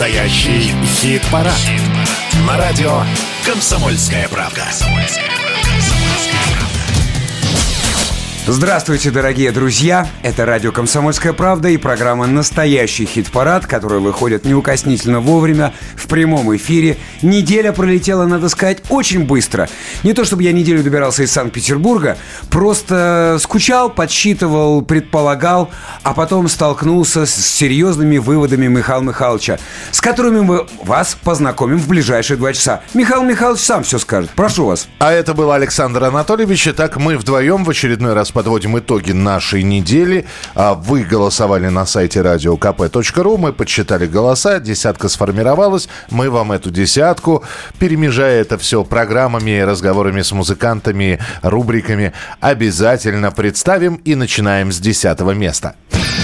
Настоящий хит-парад. На радио «Комсомольская правда». Здравствуйте, дорогие друзья! Это радио «Комсомольская правда» и программа «Настоящий хит-парад», которая выходит неукоснительно вовремя, в прямом эфире. Неделя пролетела, надо сказать, очень быстро. Не то чтобы я неделю добирался из Санкт-Петербурга, просто скучал, подсчитывал, предполагал, а потом столкнулся с серьезными выводами Михаила Михайловича, с которыми мы вас познакомим в ближайшие 2 часа. Михаил Михайлович сам все скажет. Прошу вас. А это был Александр Анатольевич. Итак, мы вдвоем в очередной раз подводим итоги нашей недели. Вы голосовали на сайте radiokp.ru. Мы подсчитали голоса. Десятка сформировалась. Мы вам эту десятку, перемежая это все программами, разговорами с музыкантами, рубриками, обязательно представим. И начинаем с 10-го места.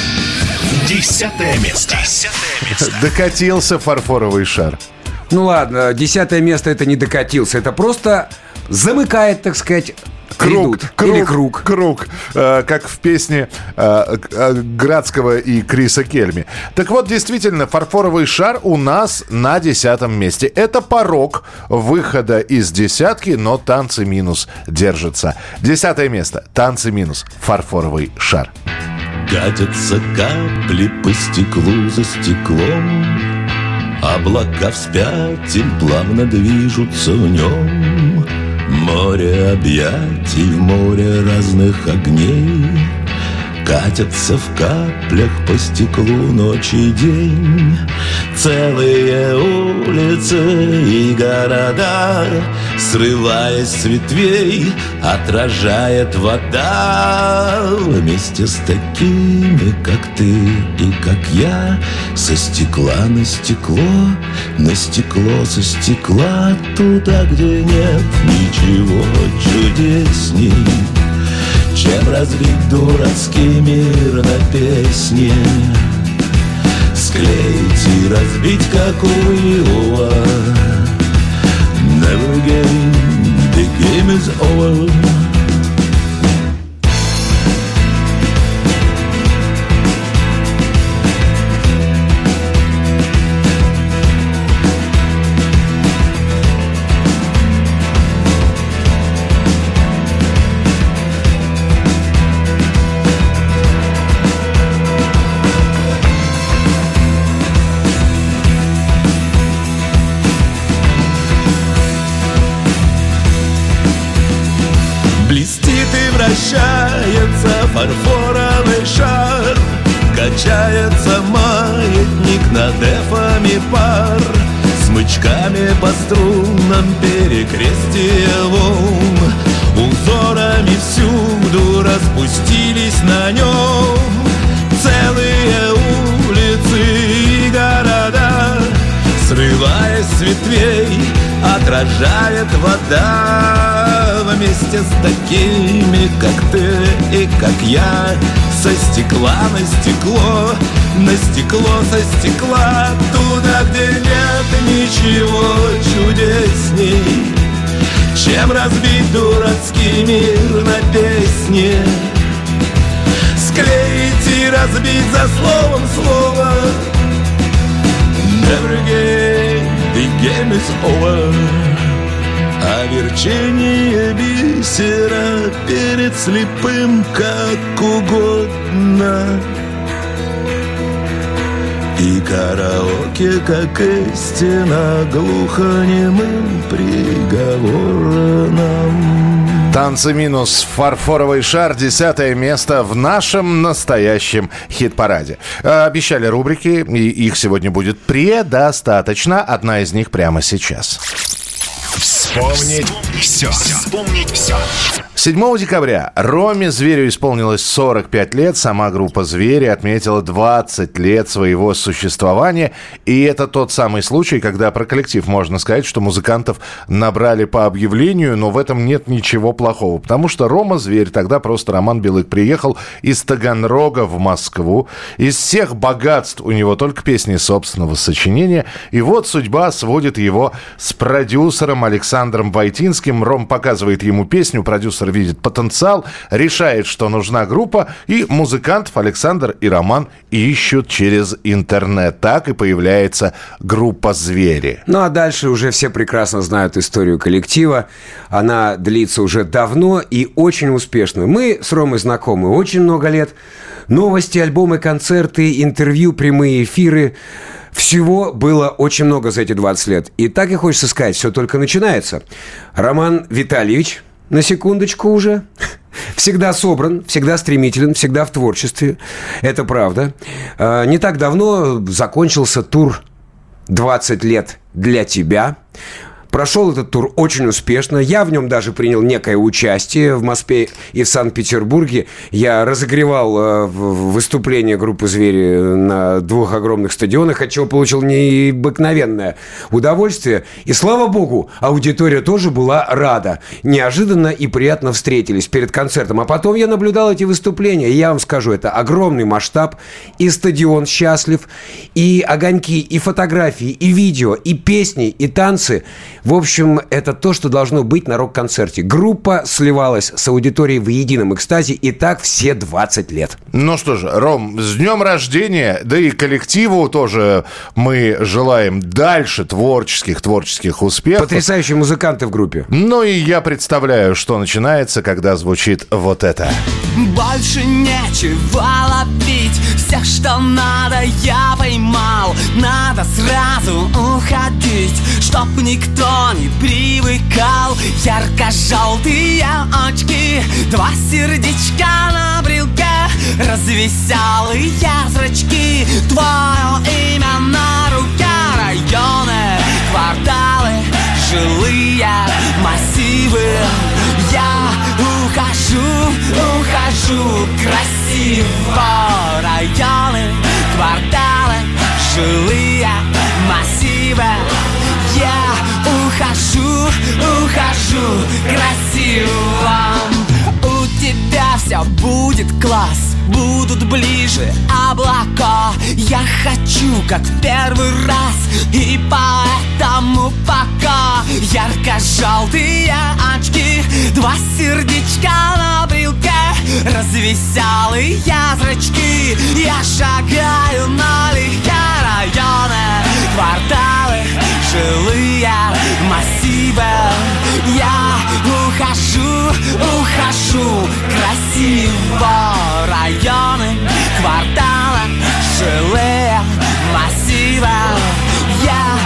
10-е место. Докатился фарфоровый шар. Ну ладно, 10-е место это не докатился. Это просто замыкает, так сказать, круг. Как в песне Градского и Криса Кельми. Так вот, действительно, фарфоровый шар у нас на 10-м месте. Это порог выхода из десятки, но танцы минус держатся. 10-е место. Танцы минус. Фарфоровый шар. Катятся капли по стеклу за стеклом, облака вспять плавно движутся в нем. Море объятий, море разных огней катятся в каплях по стеклу ночь и день. Целые улицы и города, срываясь с ветвей, отражает вода. Вместе с такими, как ты и как я, со стекла на стекло, на стекло со стекла, туда, где нет ничего чудесней, чем разбить дурацкий мир на песне, склеить и разбить, как у Иова. Never again, the game is over. Вращается фарфоровый шар, качается маятник над эфами пар, смычками по струнам перекрестия волн, узорами всюду распустились на нем. Целые улицы и города, срываясь с ветвей, отражает вода. Вместе с такими, как ты и как я, со стекла на стекло, на стекло со стекла, туда, где нет ничего чудесней, чем разбить дурацкий мир на песне, склеить и разбить за словом слово. Never again, the game is over. А верчение бисера перед слепым как угодно, и караоке, как истина, глухонемым приговором. Танцы минус. Фарфоровый шар. 10-е место в нашем настоящем хит-параде. Обещали рубрики, и их сегодня будет предостаточно. Одна из них прямо сейчас. Вспомнить все. Вспомнить все. 7 декабря Роме Зверю исполнилось 45 лет. Сама группа «Звери» отметила 20 лет своего существования. И это тот самый случай, когда про коллектив можно сказать, что музыкантов набрали по объявлению, но в этом нет ничего плохого. Потому что Рома Зверь, тогда просто Роман Белык, приехал из Таганрога в Москву. Из всех богатств у него только песни собственного сочинения. И вот судьба сводит его с продюсером Александром Александром Войтинским. Ром показывает ему песню, продюсер видит потенциал, решает, что нужна группа, и музыкантов Александр и Роман ищут через интернет. Так и появляется группа «Звери». Ну а дальше уже все прекрасно знают историю коллектива. Она длится уже давно и очень успешно. Мы с Ромой знакомы очень много лет. Новости, альбомы, концерты, интервью, прямые эфиры. Всего было очень много за эти 20 лет. И так и хочется сказать, все только начинается. Роман Витальевич, на секундочку уже, всегда собран, всегда стремителен, всегда в творчестве. Это правда. Не так давно закончился тур «20 лет для тебя». Прошел этот тур очень успешно. Я в нем даже принял некое участие в Москве и в Санкт-Петербурге. Я разогревал выступление группы «Звери» на 2 огромных стадионах, от чего получил необыкновенное удовольствие. И, слава богу, аудитория тоже была рада. Неожиданно и приятно встретились перед концертом. А потом я наблюдал эти выступления. И я вам скажу, это огромный масштаб. И стадион счастлив, и огоньки, и фотографии, и видео, и песни, и танцы. В общем, это то, что должно быть на рок-концерте. Группа сливалась с аудиторией в едином экстазе, и так все 20 лет. Ну что же, Ром, с днем рождения, да и коллективу тоже мы желаем дальше творческих успехов. Потрясающие музыканты в группе. Ну и я представляю, что начинается, когда звучит вот это. Больше нечего ловить, все, что надо, я поймал. Надо сразу уходить, чтоб никто не привыкал. Ярко-желтые очки, 2 сердечка на брелке, развеселые зрачки, твое имя на руке. Районы, кварталы, жилые массивы. Я ухожу красиво. Районы, кварталы, жилые массивы. Я ухожу красиво. У тебя все будет класс, будут ближе облака. Я хочу, как в первый раз, и поэтому пока. Ярко-желтые очки, 2 сердечка на брелке, развеселые зрачки. Я шагаю налегке. Районы, кварталы, жилые массивы. Я ухожу красиво. Районы, кварталы, жилые массивы. Я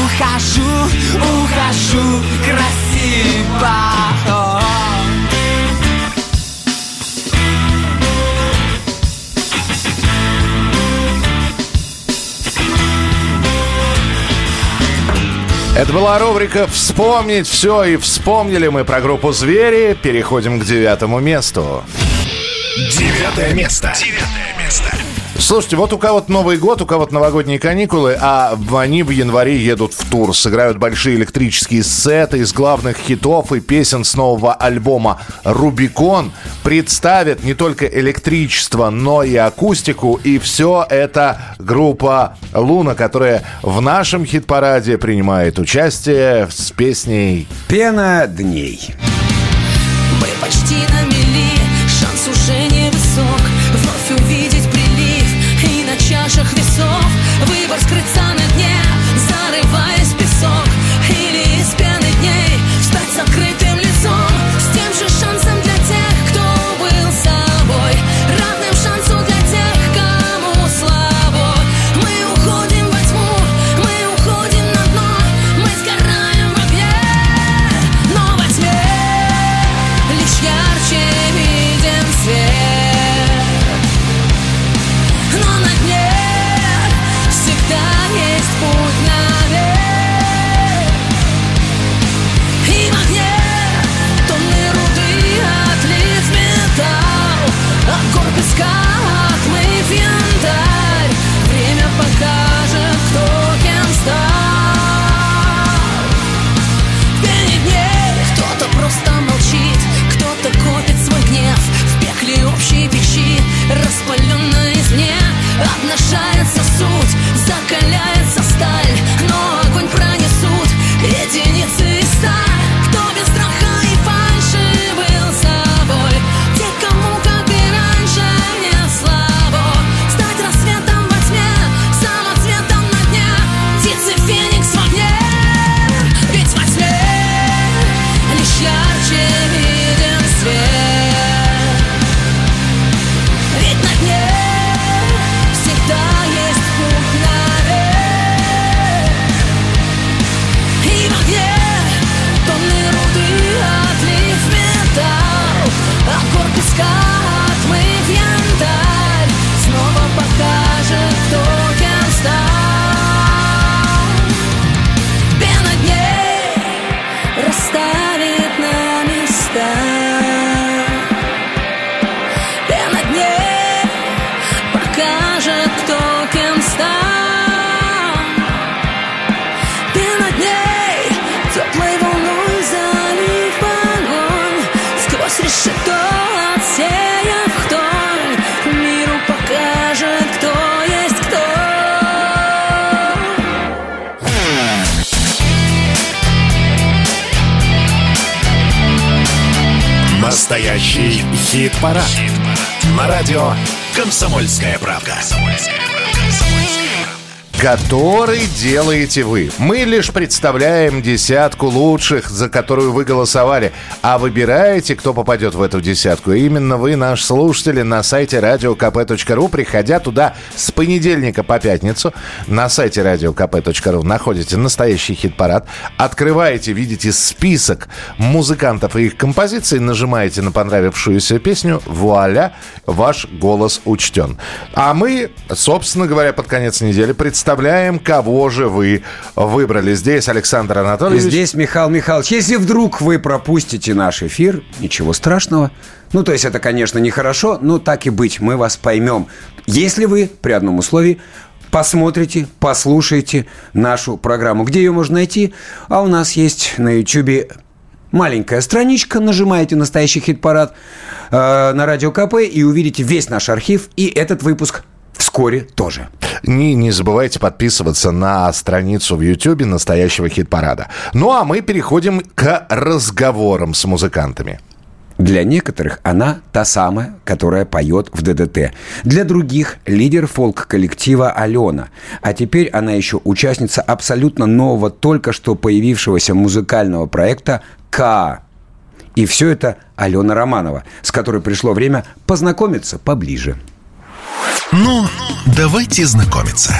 ухожу красиво. Это была рубрика «Вспомнить все», и вспомнили мы про группу «Звери». Переходим к 9-му месту. 9 место. Слушайте, вот у кого-то Новый год, у кого-то новогодние каникулы, а они в январе едут в тур, сыграют большие электрические сеты из главных хитов и песен с нового альбома «Рубикон», представят не только электричество, но и акустику, и все это группа «Луна», которая в нашем хит-параде принимает участие с песней «Пена дней». Мы почти на мели, шанс уже невысок. Вновь увидеть прилив и на чашах весов. Выбор скрыться на дне, зарываясь в песок. Или из пены дней встать с открытым лицом. С тем же шансом для тех, кто был собой, равным шансу для тех, кому слабо. Мы уходим во тьму, мы уходим на дно. Мы сгораем в огне, но во тьме лишь ярче виден свет. Но на дне всегда есть путь наверх. И в огне тонны руды отлит металл, от гор песка отмыв янтарь. Время покажет, кто кем стал. В пене дней кто-то просто молчит, кто-то копит свой гнев в пекле общей печи, распаленной извне. Обнажается суть, закаляется сталь, но огонь пронесут единицы и сталь. скат мы в янтарь, снова покажет, кто кем стал. Пена дней расставит на места. Пена дней покажет, кто кем стал. Пена дней теплой волной залив огонь, сквозь решето отсеяв хтонь, миру покажет, кто есть кто. Настоящий хит-парад. На радио «Комсомольская правда». Который делаете вы. Мы лишь представляем десятку лучших, за которую вы голосовали. А выбираете, кто попадет в эту десятку. Именно вы, наши слушатели, на сайте radiokp.ru. Приходя туда с понедельника по пятницу, на сайте radiokp.ru находите настоящий хит-парад. Открываете, видите список музыкантов и их композиций. Нажимаете на понравившуюся песню. Вуаля, ваш голос учтен. А мы, собственно говоря, под конец недели представляем, кого же вы выбрали. Здесь Александр Анатольевич. Здесь Михаил Михайлович. Если вдруг вы пропустите наш эфир, ничего страшного. Ну, то есть это, конечно, нехорошо, но так и быть, мы вас поймем. Если вы, при одном условии, посмотрите, послушайте нашу программу. Где ее можно найти? А у нас есть на Ютьюбе маленькая страничка. Нажимаете «Настоящий хит-парад» на Радио КП и увидите весь наш архив и этот выпуск вскоре тоже. Не забывайте подписываться на страницу в Ютьюбе настоящего хит-парада. Ну, а мы переходим к разговорам с музыкантами. Для некоторых она та самая, которая поет в ДДТ. Для других – лидер фолк-коллектива Алена. А теперь она еще участница абсолютно нового, только что появившегося музыкального проекта «КАА». И все это Алена Романова, с которой пришло время познакомиться поближе. Ну, давайте знакомиться.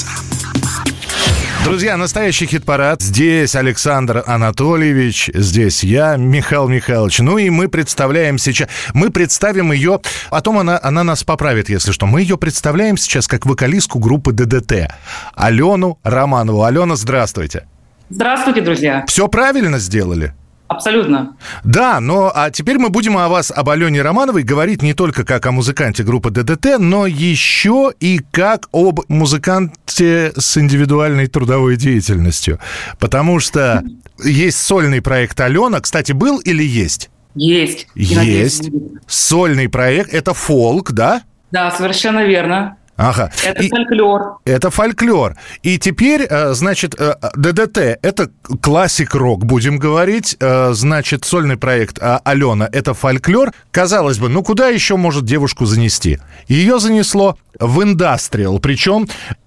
Друзья, настоящий хит-парад. Здесь Александр Анатольевич, здесь я, Михаил Михайлович. Ну и мы представляем сейчас... Мы представим ее... Потом она нас поправит, если что. Мы ее представляем сейчас как вокалистку группы ДДТ. Алену Романову. Алена, здравствуйте. Здравствуйте, друзья. Все правильно сделали? Абсолютно. Да, но а теперь мы будем о вас, об Алене Романовой, говорить не только как о музыканте группы ДДТ, но еще и как об музыканте с индивидуальной трудовой деятельностью. Потому что есть сольный проект Алена. Кстати, был или есть? Есть. Есть. Сольный проект. Это фолк, да? Да, совершенно верно. Ага. Это фольклор. Это фольклор. И теперь, значит, ДДТ – это классик-рок, будем говорить. Значит, сольный проект Алена – это фольклор. Казалось бы, ну куда еще может девушку занести? Ее занесло в индастриал, причем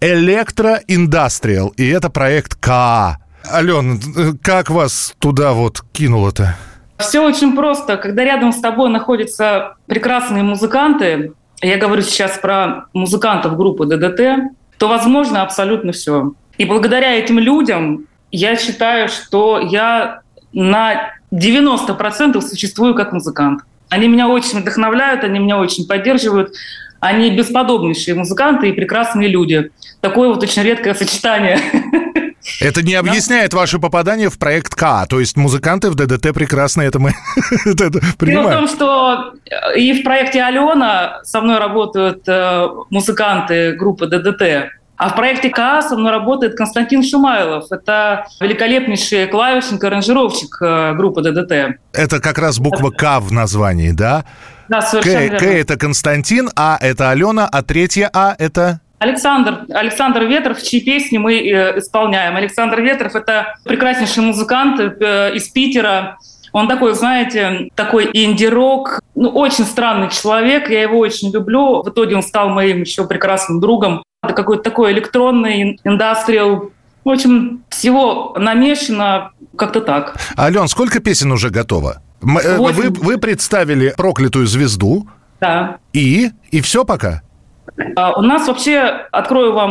электроиндастриал. И это проект КАА. Алена, как вас туда вот кинуло-то? Все очень просто. Когда рядом с тобой находятся прекрасные музыканты, я говорю сейчас про музыкантов группы ДДТ, то возможно абсолютно все. И благодаря этим людям я считаю, что я на 90% существую как музыкант. Они меня очень вдохновляют, они меня очень поддерживают. Они бесподобнейшие музыканты и прекрасные люди. Такое вот очень редкое сочетание. Это не объясняет ваше попадание в проект КАА. То есть музыканты в ДДТ прекрасные, это мы понимаем. Дело в том, что и в проекте «Алена» со мной работают музыканты группы ДДТ, а в проекте КАА со мной работает Константин Шумайлов. Это великолепнейший клавишник и аранжировщик группы ДДТ. Это как раз буква «К» в названии, да? Да, совершенно верно. К – это Константин, А – это Алена, а третья А – это... Александр Ветров, чьи песни мы исполняем. Александр Ветров – это прекраснейший музыкант из Питера. Он такой, знаете, такой инди-рок, ну, очень странный человек, я его очень люблю. В итоге он стал моим еще прекрасным другом. Это какой-то такой электронный индастриал. В общем, всего намешано как-то так. Ален, сколько песен уже готово? Вы представили «Проклятую звезду». Да. И все пока? У нас вообще, открою вам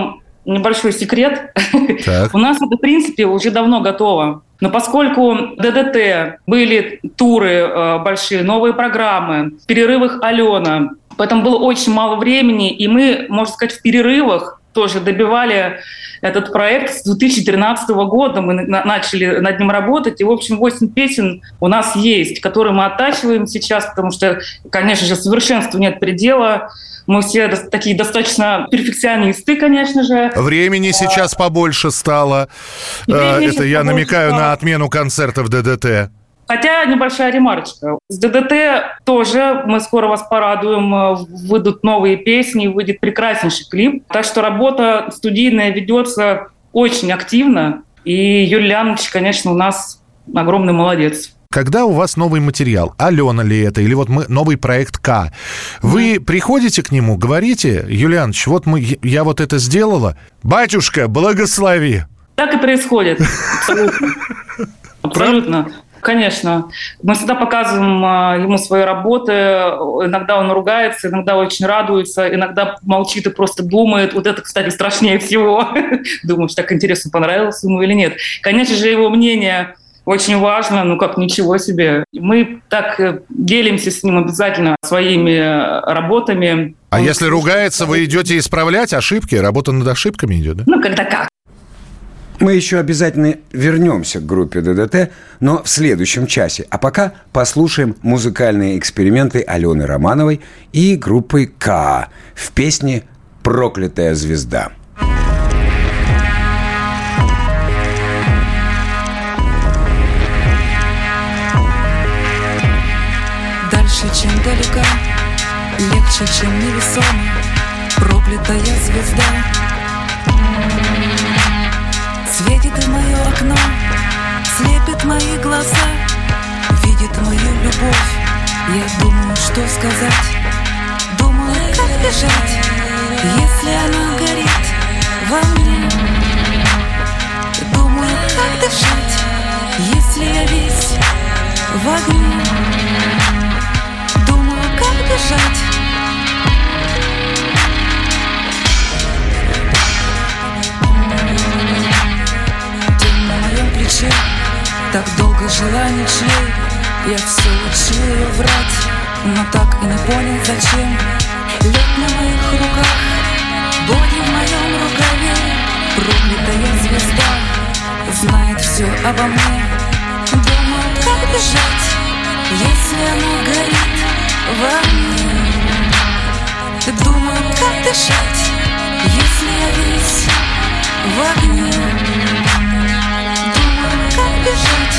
небольшой секрет. Так. У нас это, в принципе, уже давно готово. Но поскольку ДДТ, были туры большие, новые программы, в перерывах Алена, поэтому было очень мало времени, и мы, можно сказать, в перерывах тоже добивали этот проект с 2013 года. Мы начали над ним работать. И, в общем, 8 песен у нас есть, которые мы оттачиваем сейчас, потому что, конечно же, совершенству нет предела. Мы все такие достаточно перфекционисты, конечно же. Времени сейчас побольше стало. Это я намекаю на отмену концертов ДДТ. Хотя небольшая ремарочка. С ДДТ тоже мы скоро вас порадуем. Выйдут новые песни, выйдет прекраснейший клип. Так что работа студийная ведется очень активно. И Юрий Леонидович, конечно, у нас огромный молодец. Когда у вас новый материал, Алена ли это, или вот новый проект К, вы приходите к нему, говорите: Юлианович, вот я вот это сделала, батюшка, благослови. Так и происходит. Абсолютно. Абсолютно. Конечно. Мы всегда показываем ему свои работы. Иногда он ругается, иногда очень радуется, иногда молчит и просто думает. Вот это, кстати, страшнее всего. Думаешь, так интересно, понравилось ему или нет. Конечно же, его мнение очень важно, ну как, ничего себе. Мы так делимся с ним обязательно своими работами. А если ругается, вы идете исправлять ошибки? Работа над ошибками идет, да? Ну, когда как. Мы еще обязательно вернемся к группе ДДТ, но в следующем часе. А пока послушаем музыкальные эксперименты Алены Романовой и группы К в песне «Проклятая звезда». Дальше, чем далека, легче, чем невесомо, проклятая звезда светит в мое окно, слепит мои глаза, видит мою любовь. Я думаю, что сказать, думаю, как бежать, если она горит во мне. Думаю, как дышать, если я весь в огне. Думаю, как бежать. Так долго жила ничей, я все учил ее врать, но так и не понял, зачем. Лед на моих руках, боги в моем рукаве, проклятая звезда знает все обо мне. Думаю, как бежать, если она горит во мне. Думаю, как дышать, если я весь в огне. Как бежать?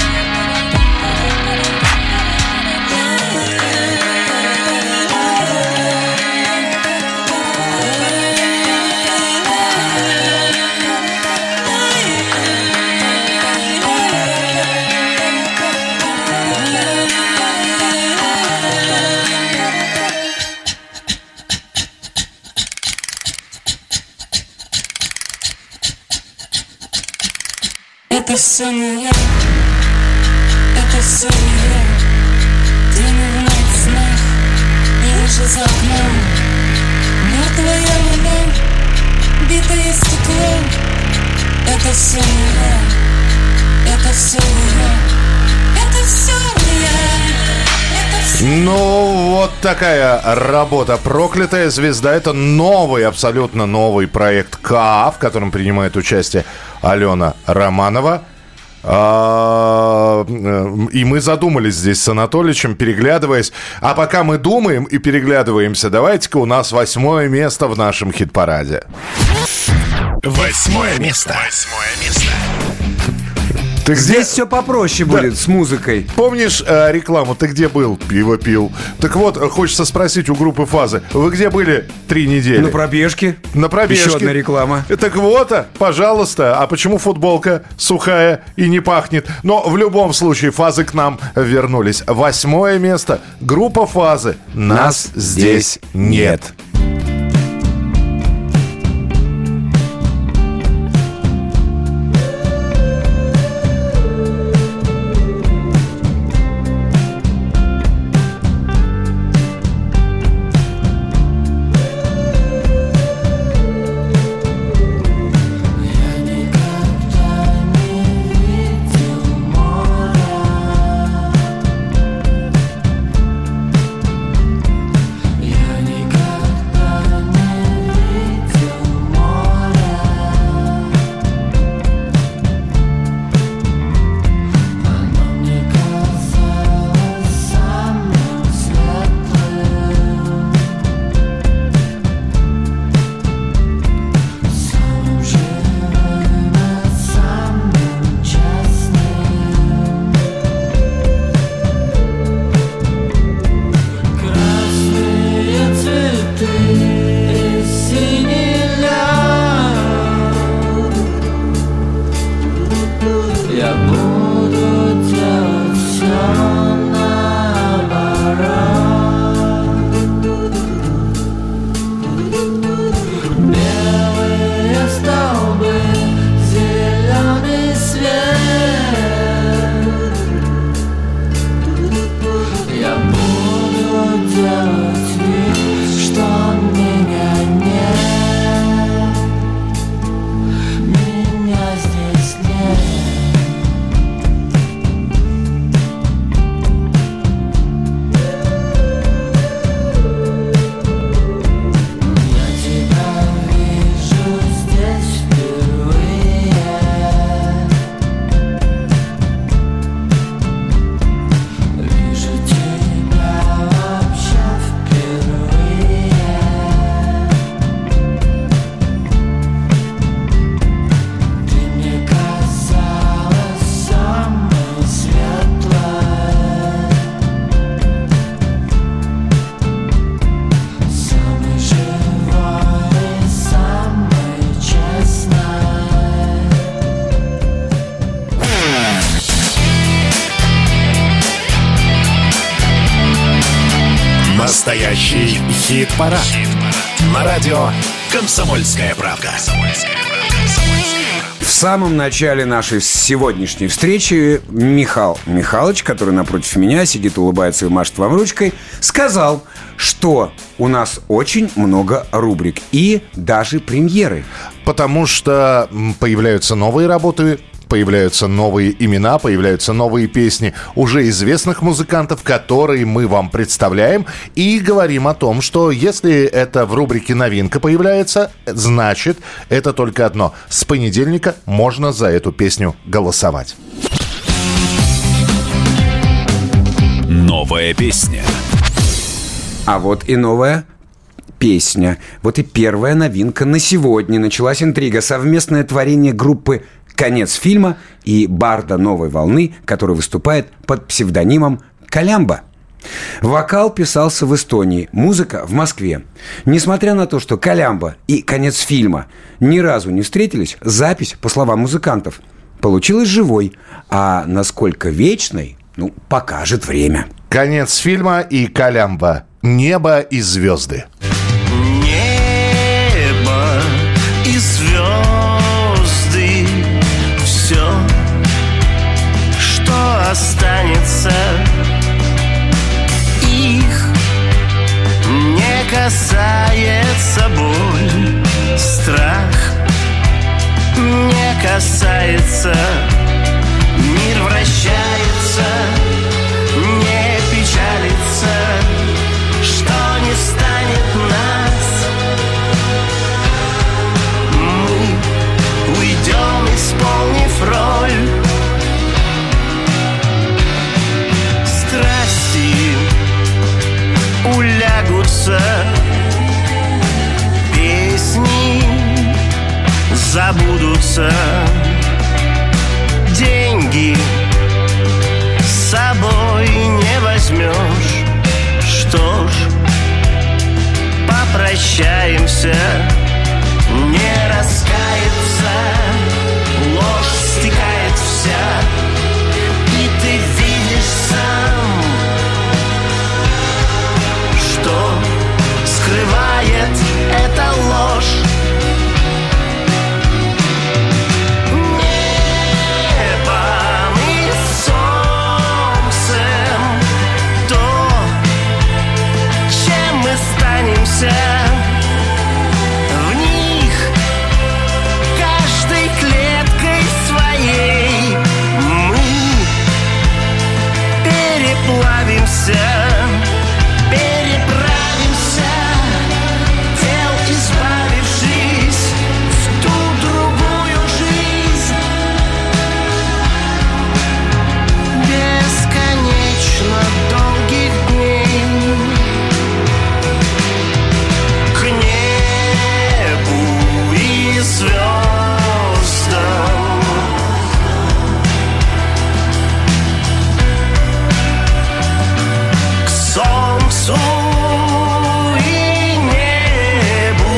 Это все не я, это все не я. Дневных снах, вижу за окном мертвая луна, битое стекло. Это все не я, это все не я, это все не я. Ну, вот такая работа. «Проклятая звезда» — это новый, абсолютно новый проект К, в котором принимает участие Алена Романова. И мы задумались здесь с Анатоличем, переглядываясь. А пока мы думаем и переглядываемся, давайте-ка у нас 8 место в нашем хит-параде. 8 место. 8 место. Ты Здесь все попроще будет с музыкой. Помнишь рекламу «Ты где был?» Пиво пил. Так вот, хочется спросить у группы «Фазы». Вы где были 3 недели? На пробежке. На пробежке. Еще одна реклама. Так вот, пожалуйста. А почему футболка сухая и не пахнет? Но в любом случае «Фазы» к нам вернулись. 8 место. Группа «Фазы». Нас здесь нет. Настоящий хит-парад. На радио «Комсомольская правда». В самом начале нашей сегодняшней встречи Михаил Михайлович, который напротив меня сидит, улыбается и машет вам ручкой, сказал, что у нас очень много рубрик и даже премьеры. Потому что появляются новые работы, появляются новые имена, появляются новые песни уже известных музыкантов, которые мы вам представляем, и говорим о том, что если это в рубрике «Новинка» появляется, значит, это только одно. С понедельника можно за эту песню голосовать. Новая песня. А вот и новая песня. Вот и первая новинка на сегодня. Началась интрига. Совместное творение группы «Конец фильма» и барда «Новой волны», который выступает под псевдонимом «Колямба». Вокал писался в Эстонии, музыка в Москве. Несмотря на то, что «Колямба» и «Конец фильма» ни разу не встретились, запись, по словам музыкантов, получилась живой. А насколько вечной, покажет время. «Конец фильма» и «Колямба». Небо и звезды. Небо и звезды. Все, что останется, их не касается боль, страх не касается, мир вращается, не печалится, что не станет нас. Мы уйдем, исполнив роль. Страсти улягутся, песни забудутся, деньги с собой не возьмешь. Что ж, попрощаемся, не раскается, ложь стекает вся, и ты видишь сам, что скрывает эта ложь. Небом и солнцем то, чем мы станемся. В них каждой клеткой своей мы переплавимся, переправимся, тел избавившись в ту другую жизнь. Бесконечно долгих дней к небу и звездам. К солнцу и небу.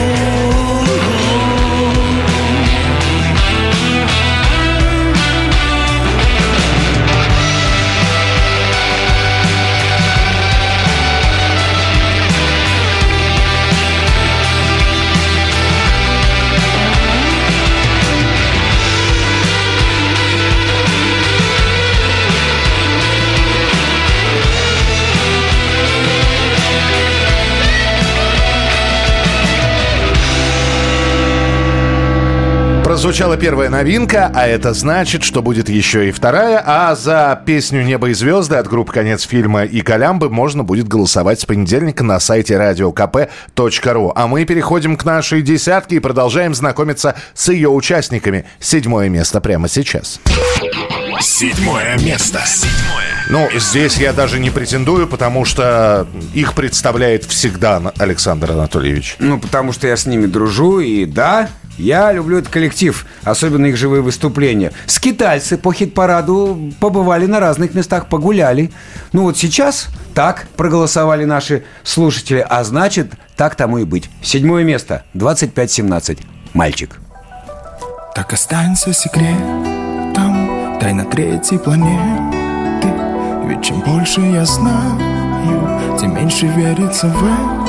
Прозвучала первая новинка, а это значит, что будет еще и вторая. А за песню «Небо и звезды» от группы «Конец фильма» и «Колямбы» можно будет голосовать с понедельника на сайте radiokp.ru. А мы переходим к нашей десятке и продолжаем знакомиться с ее участниками. 7-е место прямо сейчас. 7-е место. Ну, здесь я даже не претендую, потому что их представляет всегда Александр Анатольевич. Потому что я с ними дружу, и да, я люблю этот коллектив, особенно их живые выступления. Скитальцы по хит-параду побывали на разных местах, погуляли. Вот сейчас так проголосовали наши слушатели, а значит, так тому и быть. 7-е место, 25-17, «Мальчик». Так останется секретом, тайна третьей планеты. Ведь чем больше я знаю, тем меньше верится в это.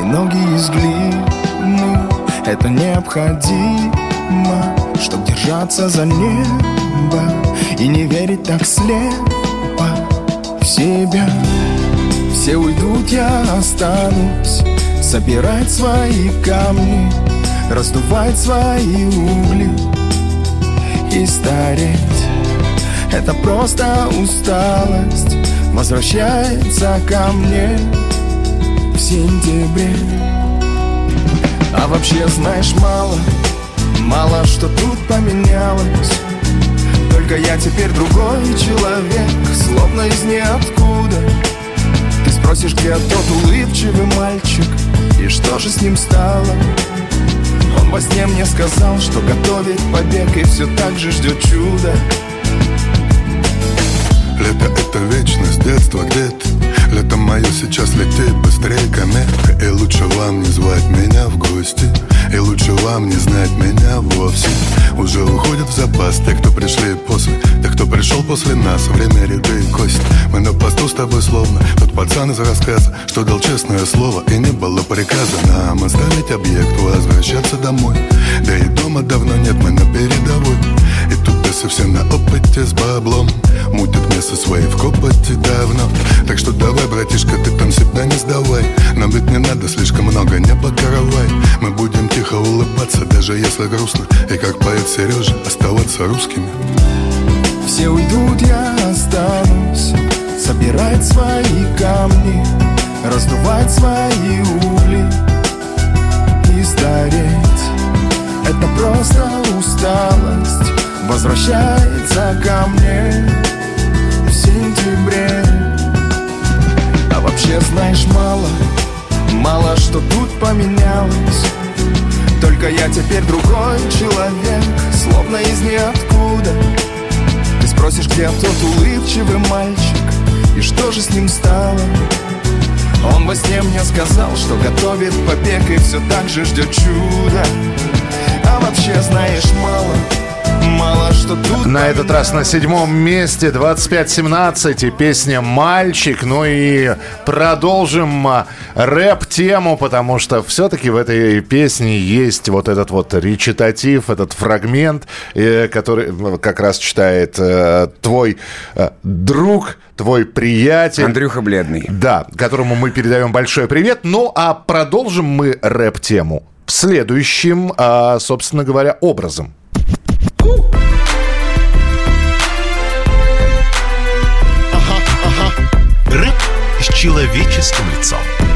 ноги из глины. Это необходимо, чтоб держаться за небо и не верить так слепо в себя. Все уйдут, я останусь, собирать свои камни, раздувать свои угли и стареть. Это просто усталость возвращается ко мне в сентябре. А вообще, знаешь, мало что тут поменялось. Только я теперь другой человек, словно из ниоткуда. Ты спросишь, где тот улыбчивый мальчик, и что же с ним стало? Он во сне мне сказал, что готовит побег и все так же ждет чуда. Лето — это вечность, детство где-то. Лето мое сейчас летит быстрее комета. И лучше вам не звать меня в гости, и лучше вам не знать меня вовсе. Уже уходят в запас те, кто пришли после, те, кто пришел после нас. Время, ряды и кости. Мы на посту с тобой словно тот пацан из рассказа, что дал честное слово и не было приказа нам оставить объект, возвращаться домой. Да и дома давно нет, мы на передовой. И тут бесы все на опыте с баблом, мутят место свои в копоте давно. Так что давай, братишка, ты там себя не сдавай. Нам ведь не надо слишком много, не покоровай. Мы будем тихо улыбаться, даже если грустно, и как поэт Сережа оставаться русскими. Все уйдут, я останусь, собирать свои камни, раздувать свои угли и стареть. Это просто усталость возвращается ко мне в сентябре. А вообще, знаешь, мало что тут поменялось. Только я теперь другой человек, словно из ниоткуда. Ты спросишь, где тот улыбчивый мальчик, и что же с ним стало? Он во сне мне сказал, что готовит побег и все так же ждет чуда. А вообще, знаешь, мало что тут. На этот раз на 7-м месте 25-17 и песня «Мальчик». Ну и продолжим рэп-тему, потому что все-таки в этой песне есть вот этот вот речитатив, этот фрагмент, который как раз читает твой друг, твой приятель. Андрюха Бледный. Да, которому мы передаем большой привет. Ну а продолжим мы рэп-тему следующим, собственно говоря, образом. Рэп с человеческим лицом.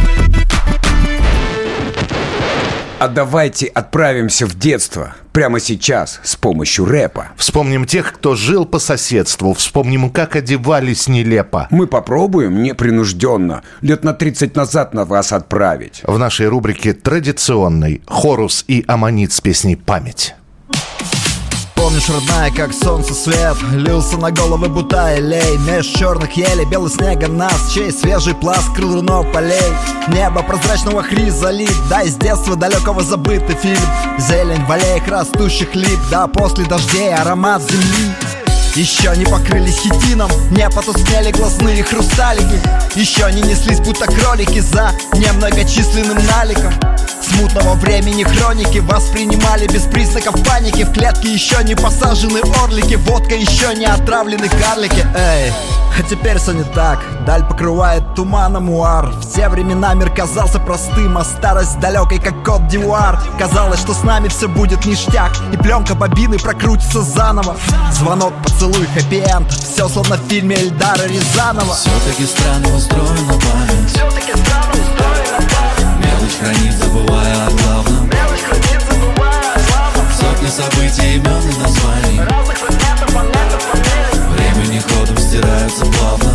А давайте отправимся в детство прямо сейчас с помощью рэпа. Вспомним тех, кто жил по соседству. Вспомним, как одевались нелепо. Мы попробуем непринужденно лет на 30 назад на вас отправить. В нашей рубрике традиционной Хорус и Аммонит с песней «Память». Помнишь, родная, как солнце свет лился на головы, будто елей. Меж черных елей белый снега нас, чей свежий пласт крыл руно полей. Небо прозрачного хризолит, да из детства далекого забытый фильм. Зелень в аллеях растущих лип, да после дождей аромат земли. Еще не покрылись хитином, не потускнели глазные хрусталики. Еще не неслись, будто кролики за немногочисленным наликом. Смутного времени хроники воспринимали без признаков паники. В клетке еще не посажены орлики, водка еще не отравлены карлики. Эй, а теперь все не так, даль покрывает туманом муар. В те времена мир казался простым, а старость далекой, как Кот-д'Ивуар. Казалось, что с нами все будет ништяк, и пленка бобины прокрутится заново. Звонок, поцелуй, хэппи-энд, все словно в фильме Эльдара Рязанова. Все-таки странно устроена память, все-таки странно устроена память. Мелочь хранит, забывая о главном, мелочь хранит, забывая о главном. Сотни событий, имен и названий, разных фрагментов, моментов, фамилий. Времени ходом стираются плавно.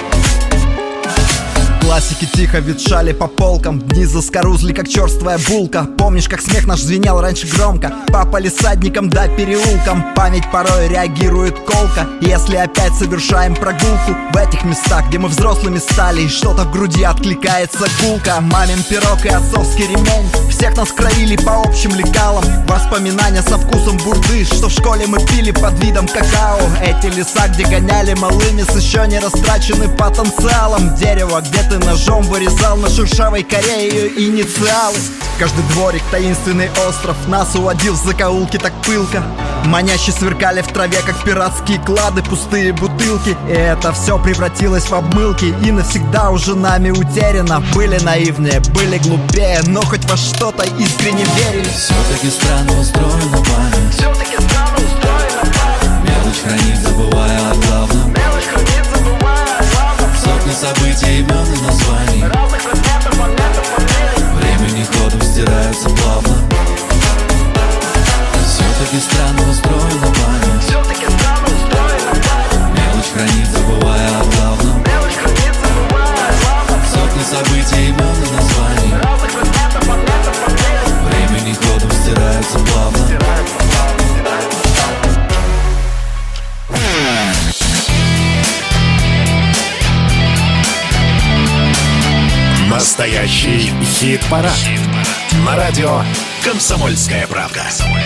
Классики тихо ветшали по полкам, дни заскорузли, как черствая булка. Помнишь, как смех наш звенел раньше громко по палисадникам да переулкам. Память порой реагирует колко, если опять совершаем прогулку в этих местах, где мы взрослыми стали, и что-то в груди откликается гулко. Мамин пирог и отцовский ремень, Всех нас кровили по общим лекалам. Воспоминания со вкусом бурды, что в школе мы пили под видом какао. Эти леса, где гоняли малыми с еще не растраченным потенциалом. Дерево, где ты ножом вырезал на шершавой коре ее инициалы. Каждый дворик, таинственный остров нас уводил в закоулки так пылко. Маняще сверкали в траве, как пиратские клады, пустые бутылки. И это все превратилось в обмылки и навсегда уже нами утеряно. Были наивнее, были глупее, но хоть во что-то искренне верили. Все-таки странно устроена память. Все-таки странно устроена память. Мелочь хранит, забывая о главном. Мелочь хранит, забывая о главном. Сотни событий, имен и названий. Разных предметов, моментов, фамилий. Времени ходом стираются плавно. Все-таки странно устроена память. Все-таки странно устроена память. Мелочь хранит, забывая о главном. Мелочь хранит, забывая о главном. Сотни событий, имен и названий. Разных предметов, моментов, фамилий. Времени ходом стираются плавно. Настоящий хит-парад. На радио «Комсомольская правда».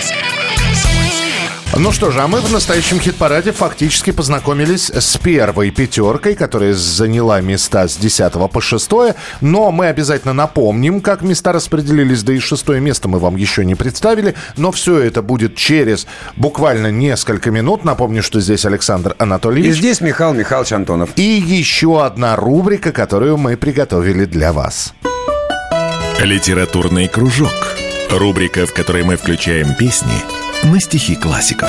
Ну что же, а мы в настоящем хит-параде фактически познакомились с первой пятеркой, которая заняла места с 10 по 6. Но мы обязательно напомним, как места распределились, да и 6 место мы вам еще не представили. Но все это будет через буквально несколько минут. Напомню, что здесь Александр Анатольевич. И здесь Михаил Михайлович Антонов. И еще одна рубрика, которую мы приготовили для вас. Литературный кружок. Рубрика, в которой мы включаем песни на стихи классиков.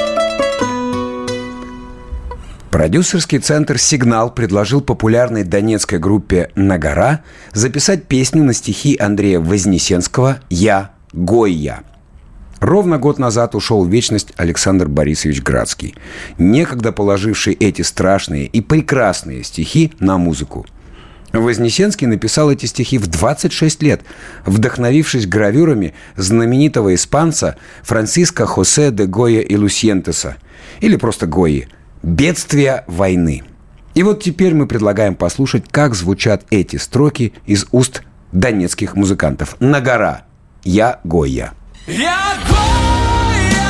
Продюсерский центр «Сигнал» предложил популярной донецкой группе «Нагора» записать песню на стихи Андрея Вознесенского «Я, Гойя». Ровно год назад ушел в вечность Александр Борисович Градский, некогда положивший эти страшные и прекрасные стихи на музыку. Вознесенский написал эти стихи в 26 лет, вдохновившись гравюрами знаменитого испанца Франсиско Хосе де Гойя и Лусьентеса, или просто Гойи, «Бедствия войны». И вот теперь мы предлагаем послушать, как звучат эти строки из уст донецких музыкантов. «Нагора. Я Гойя». Я Гойя,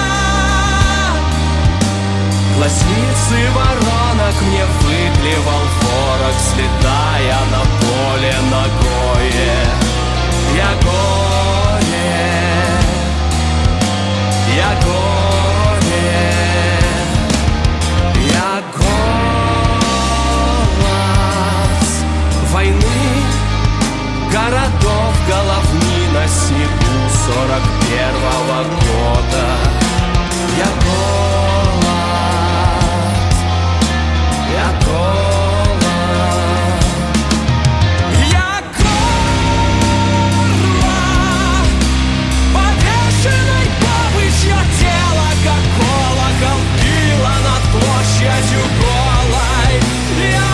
глазницы воронок мне выклевал ворог, слетая на поле ногое. Я Гойя, я Гойя, я голос войны, городов головни на снегу 41-го года. Я голод, я голод, я горло повешенной бабы, чье тело, как колокол, било над площадью голой. Я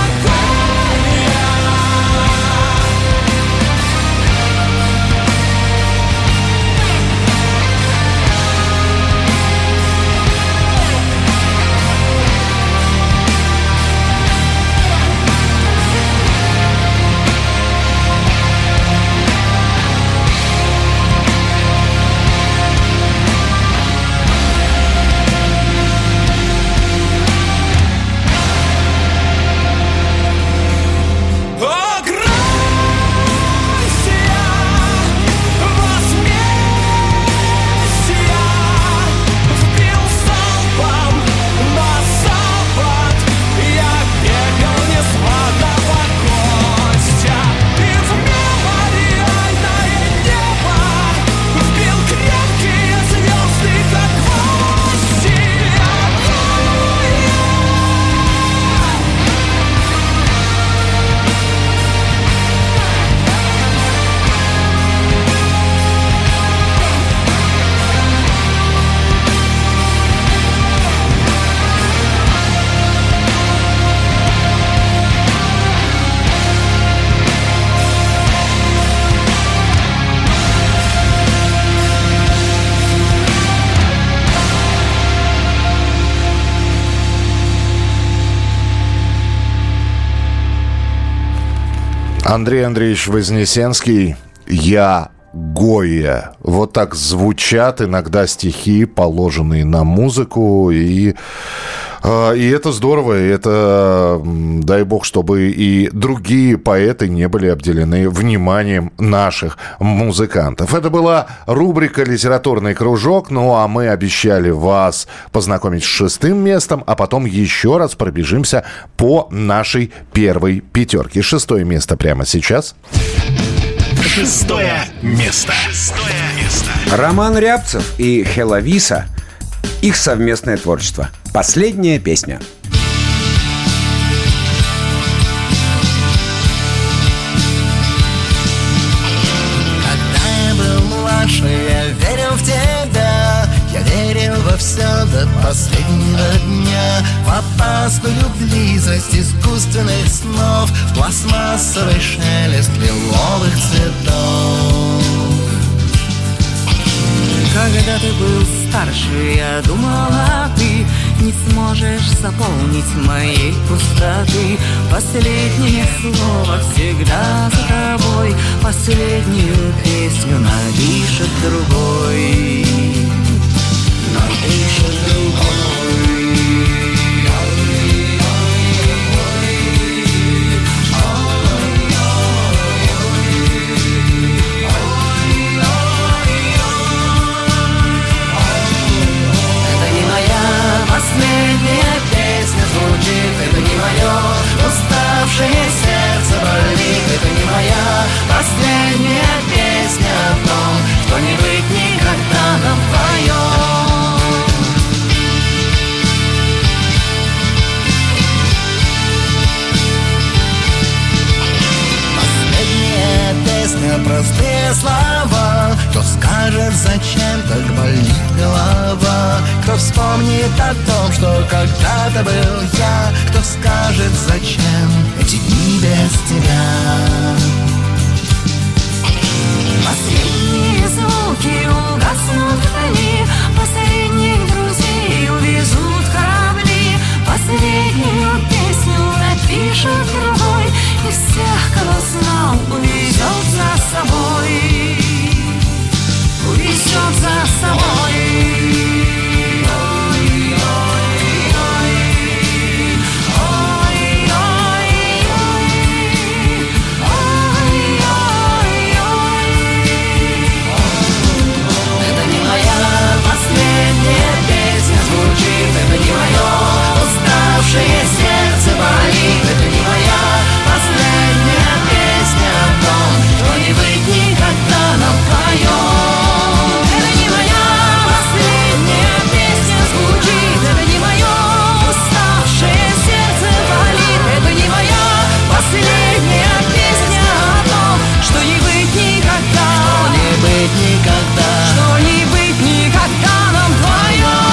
Андрей Андреевич Вознесенский, «Я Гойя. Вот так звучат иногда стихи, положенные на музыку, и это здорово, и это, дай бог, чтобы и другие поэты не были обделены вниманием наших музыкантов. Это была рубрика «Литературный кружок», ну а мы обещали вас познакомить с 6-м местом, а потом еще раз пробежимся по нашей первой пятерке. 6-е место прямо сейчас. 6-е место. Роман Рябцев и Хелависа. Их совместное творчество. Последняя песня. Когда я был младше, я верил в тебя. Я верил во все до последнего дня. В опасную близость искусственных снов, в пластмассовый шелест лиловых цветов. Когда ты был старше, я думала, ты не сможешь заполнить моей пустоты. Последнее слово всегда за тобой, последнюю песню напишет другой. Напишет другой. Это не мое уставшее сердце болит. Это не моя последняя песня о том, что не быть никогда нам вдвоем. Последняя песня, простые слова. Кто скажет, зачем так болит голова? Кто вспомнит о том, что когда-то был я? Кто скажет, зачем эти дни без тебя? Последние звуки угаснут вдали, последних друзей увезут корабли. Последнюю песню напишет другой, и всех, кого знал, увезет за собой. Увезет за собой. Это не мое уставшее сердце болит. Это не моя последняя песня о том, что не быть никогда нам вдвоем. Это не моя последняя песня звучит. Это не мое уставшее сердце болит. Это не моя последняя песня о том, что не быть никогда. Что не быть никогда. Что не быть никогда нам вдвоем.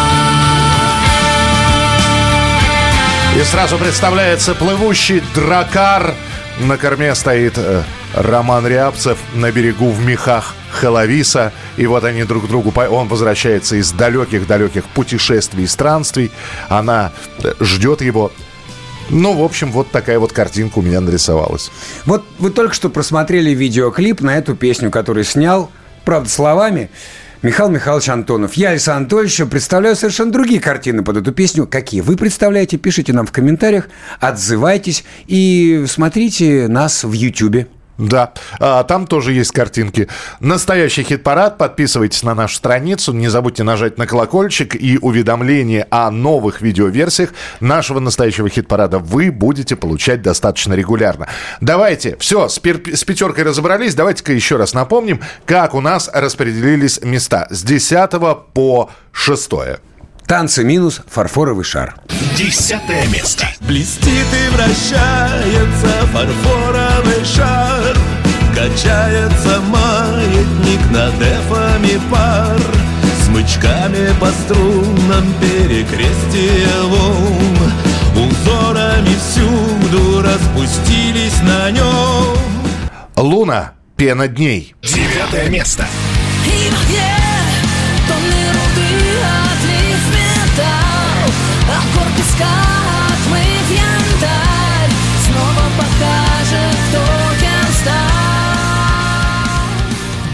И сразу представляется плывущий дракар. На корме стоит Роман Рябцев, на берегу в мехах Хелависа. И вот они друг другу... Он возвращается из далеких-далеких путешествий и странствий. Она ждет его. Ну, в общем, вот такая вот картинка у меня нарисовалась. Вот вы только что просмотрели видеоклип на эту песню, который снял, правда, словами, Михаил Михайлович Антонов. Я, Александр Анатольевич, представляю совершенно другие картины под эту песню. Какие вы представляете? Пишите нам в комментариях, отзывайтесь и смотрите нас в Ютьюбе. Да, там тоже есть картинки. Настоящий хит-парад. Подписывайтесь на нашу страницу. Не забудьте нажать на колокольчик, и уведомления о новых видеоверсиях нашего настоящего хит-парада вы будете получать достаточно регулярно. Давайте, все, с пятеркой разобрались. Давайте-ка еще раз напомним, как у нас распределились места с 10 по 6. Танцы минус, фарфоровый шар. 10-е место. Блестит и вращается фарфоровый шар, качается маятник над эфами пар, смычками по струнам перекрестия волн, узорами всюду распустились на нем. Луна, пена дней. 9-е место. И в огне тонны руды отлив металл, аккорд песка отмыв янтарь, снова покажет, кто кем стал.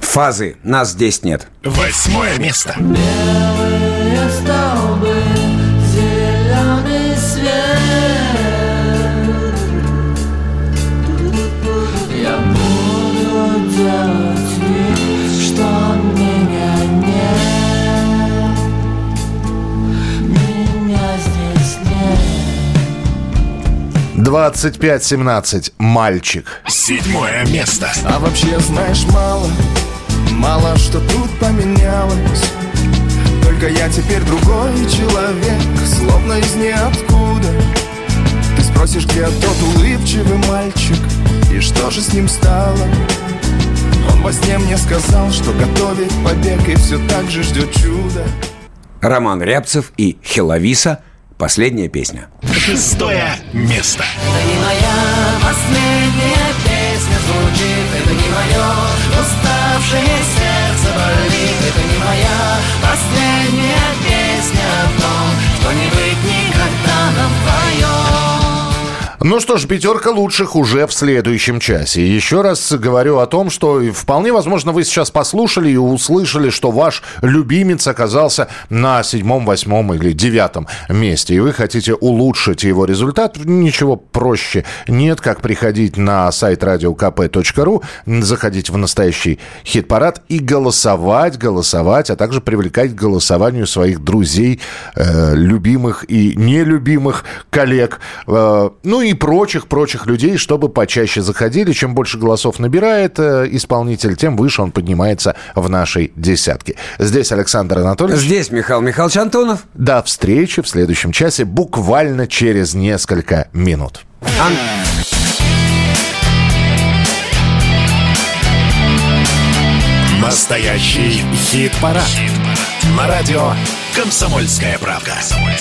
Фазы. Нас здесь нет. 8 место. Белые столбы, зеленый свет. Я буду делать вид, что меня нет. Меня здесь нет. 25-17. Мальчик. 7 место. А вообще, знаешь, мало что тут поменялось. Только я теперь другой человек, словно из ниоткуда. Ты спросишь, где тот улыбчивый мальчик, и что же с ним стало? Он во сне мне сказал, что готовит побег и все так же ждет чуда. Роман Рябцев и Хеловиса. Последняя песня. 6 место. Это не моя последняя песня звучит. Это не мое уставшее сердце болит. Это не моя последняя песня о том, что не быть никогда нам вдвоем. Ну что ж, пятерка лучших уже в следующем часе. Еще раз говорю о том, что вполне возможно вы сейчас послушали и услышали, что ваш любимец оказался на 7, 8 или 9 месте, и вы хотите улучшить его результат. Ничего проще нет, как приходить на сайт radiokp.ru, заходить в настоящий хит-парад и голосовать, а также привлекать к голосованию своих друзей, любимых и нелюбимых коллег, ну и прочих людей, чтобы почаще заходили. Чем больше голосов набирает исполнитель, тем выше он поднимается в нашей десятке. Здесь Александр Анатольевич. Здесь Михаил Михайлович Антонов. До встречи в следующем часе, буквально через несколько минут. Настоящий хит-парад. На радио «Комсомольская правда».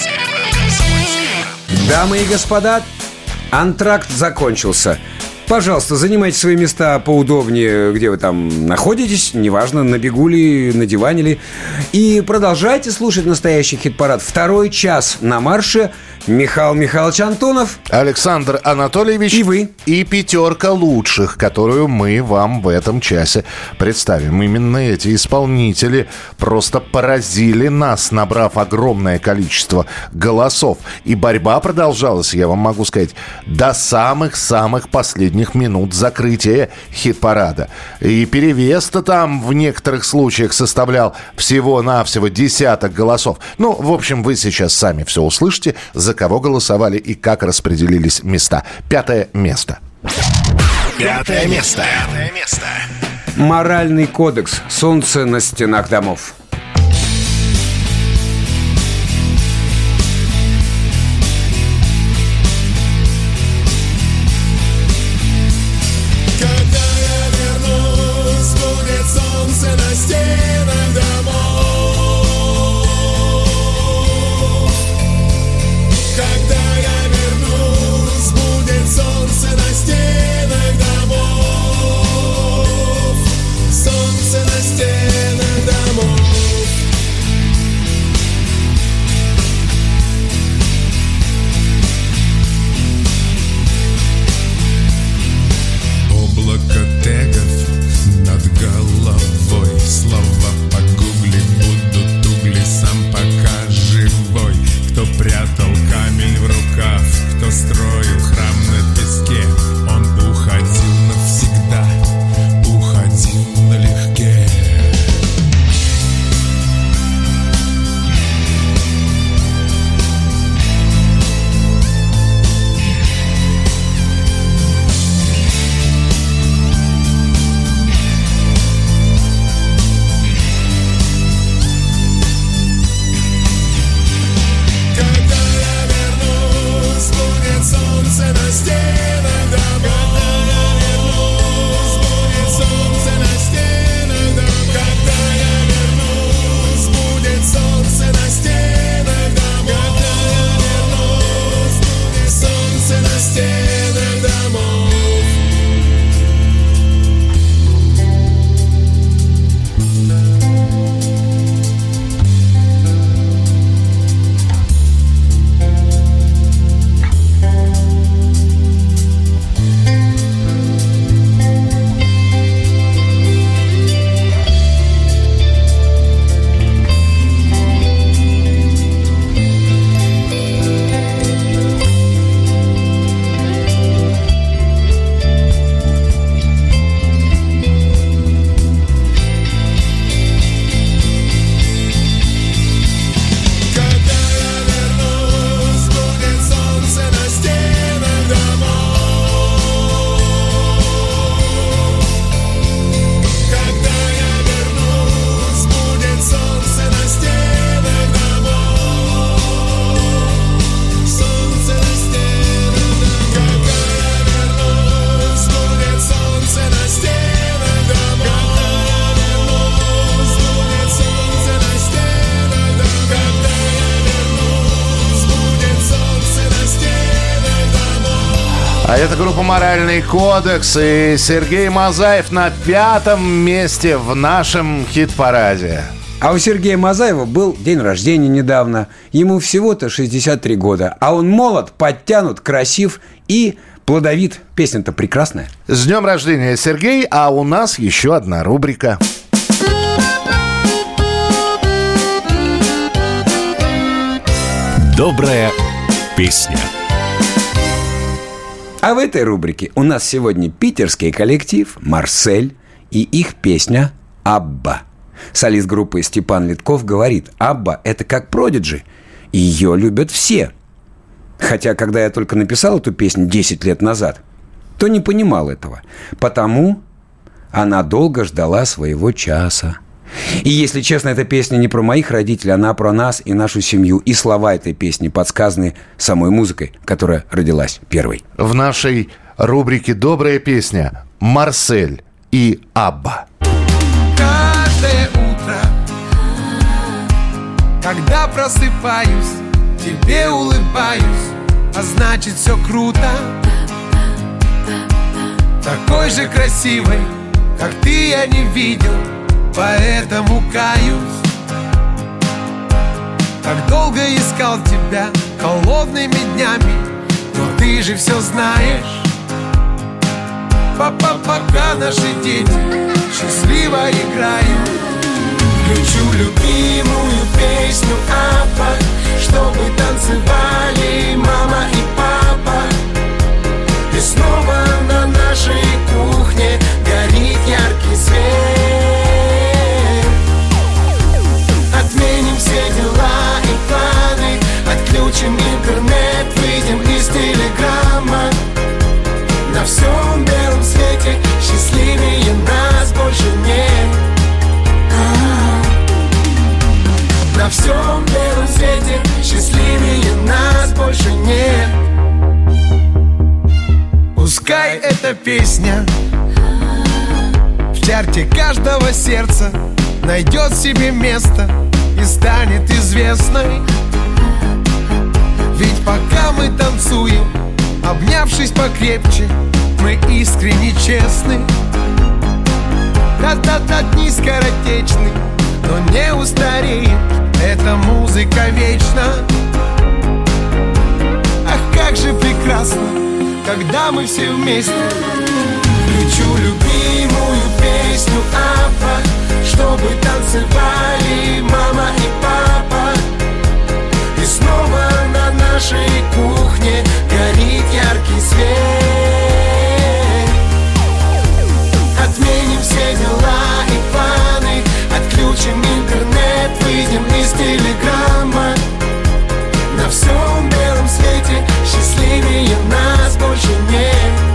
Дамы и господа, антракт закончился. Пожалуйста, занимайте свои места поудобнее, где вы там находитесь, неважно, на бегу ли, на диване ли. И продолжайте слушать настоящий хит-парад. 2 час на марше. Михаил Михайлович Антонов, Александр Анатольевич и вы. И пятерка лучших, которую мы вам в этом часе представим. Именно эти исполнители просто поразили нас, набрав огромное количество голосов. И борьба продолжалась, я вам могу сказать, до самых-самых последних минут закрытия хит-парада. И перевес-то там в некоторых случаях составлял всего-навсего десяток голосов. Ну, в общем, вы сейчас сами все услышите, за кого голосовали и как распределились места. 5 место. 5 место. Моральный кодекс. Солнце на стенах домов. Солнце на стенах домов. Это группа «Моральный кодекс» и Сергей Мазаев на 5-м месте в нашем хит-параде. А у Сергея Мазаева был день рождения недавно. Ему всего-то 63 года. А он молод, подтянут, красив и плодовит. Песня-то прекрасная. С днем рождения, Сергей, а у нас еще одна рубрика. Добрая песня. А в этой рубрике у нас сегодня питерский коллектив «Марсель» и их песня «Абба». Солист группы Степан Литков говорит: «Абба» — это как Продиджи, и ее любят все. Хотя, когда я только написал эту песню 10 лет назад, то не понимал этого. Потому она долго ждала своего часа. И, если честно, эта песня не про моих родителей, она про нас и нашу семью. И слова этой песни подсказаны самой музыкой, которая родилась первой. В нашей рубрике «Добрая песня» Марсель и Абба. Каждое утро, когда просыпаюсь, тебе улыбаюсь, а значит все круто. Такой же красивой, как ты, я не видел, поэтому каюсь. Так долго искал тебя холодными днями, но ты же все знаешь. Пока наши дети счастливо играют, включу любимую песню Абба, чтобы танцевали мама и папа. И снова на нашей кухне горит яркий свет. Отменим все дела и планы, отключим интернет, выйдем из телеграмма. На всем белом свете счастливее нас больше нет. На всем белом свете счастливее нас больше нет. Пускай эта песня в чарте каждого сердца найдет себе место и станет известной. Ведь пока мы танцуем, обнявшись покрепче, мы искренне честны. Да-да-да, дни скоротечны, но не устареет эта музыка вечно. Ах, как же прекрасно, когда мы все вместе. Включу любимую песню Абба, чтобы танцевали мама и папа. И снова на нашей кухне горит яркий свет. Отменим все дела и планы, отключим интернет, выйдем из телеграмма. На всем белом свете счастливее нас больше нет.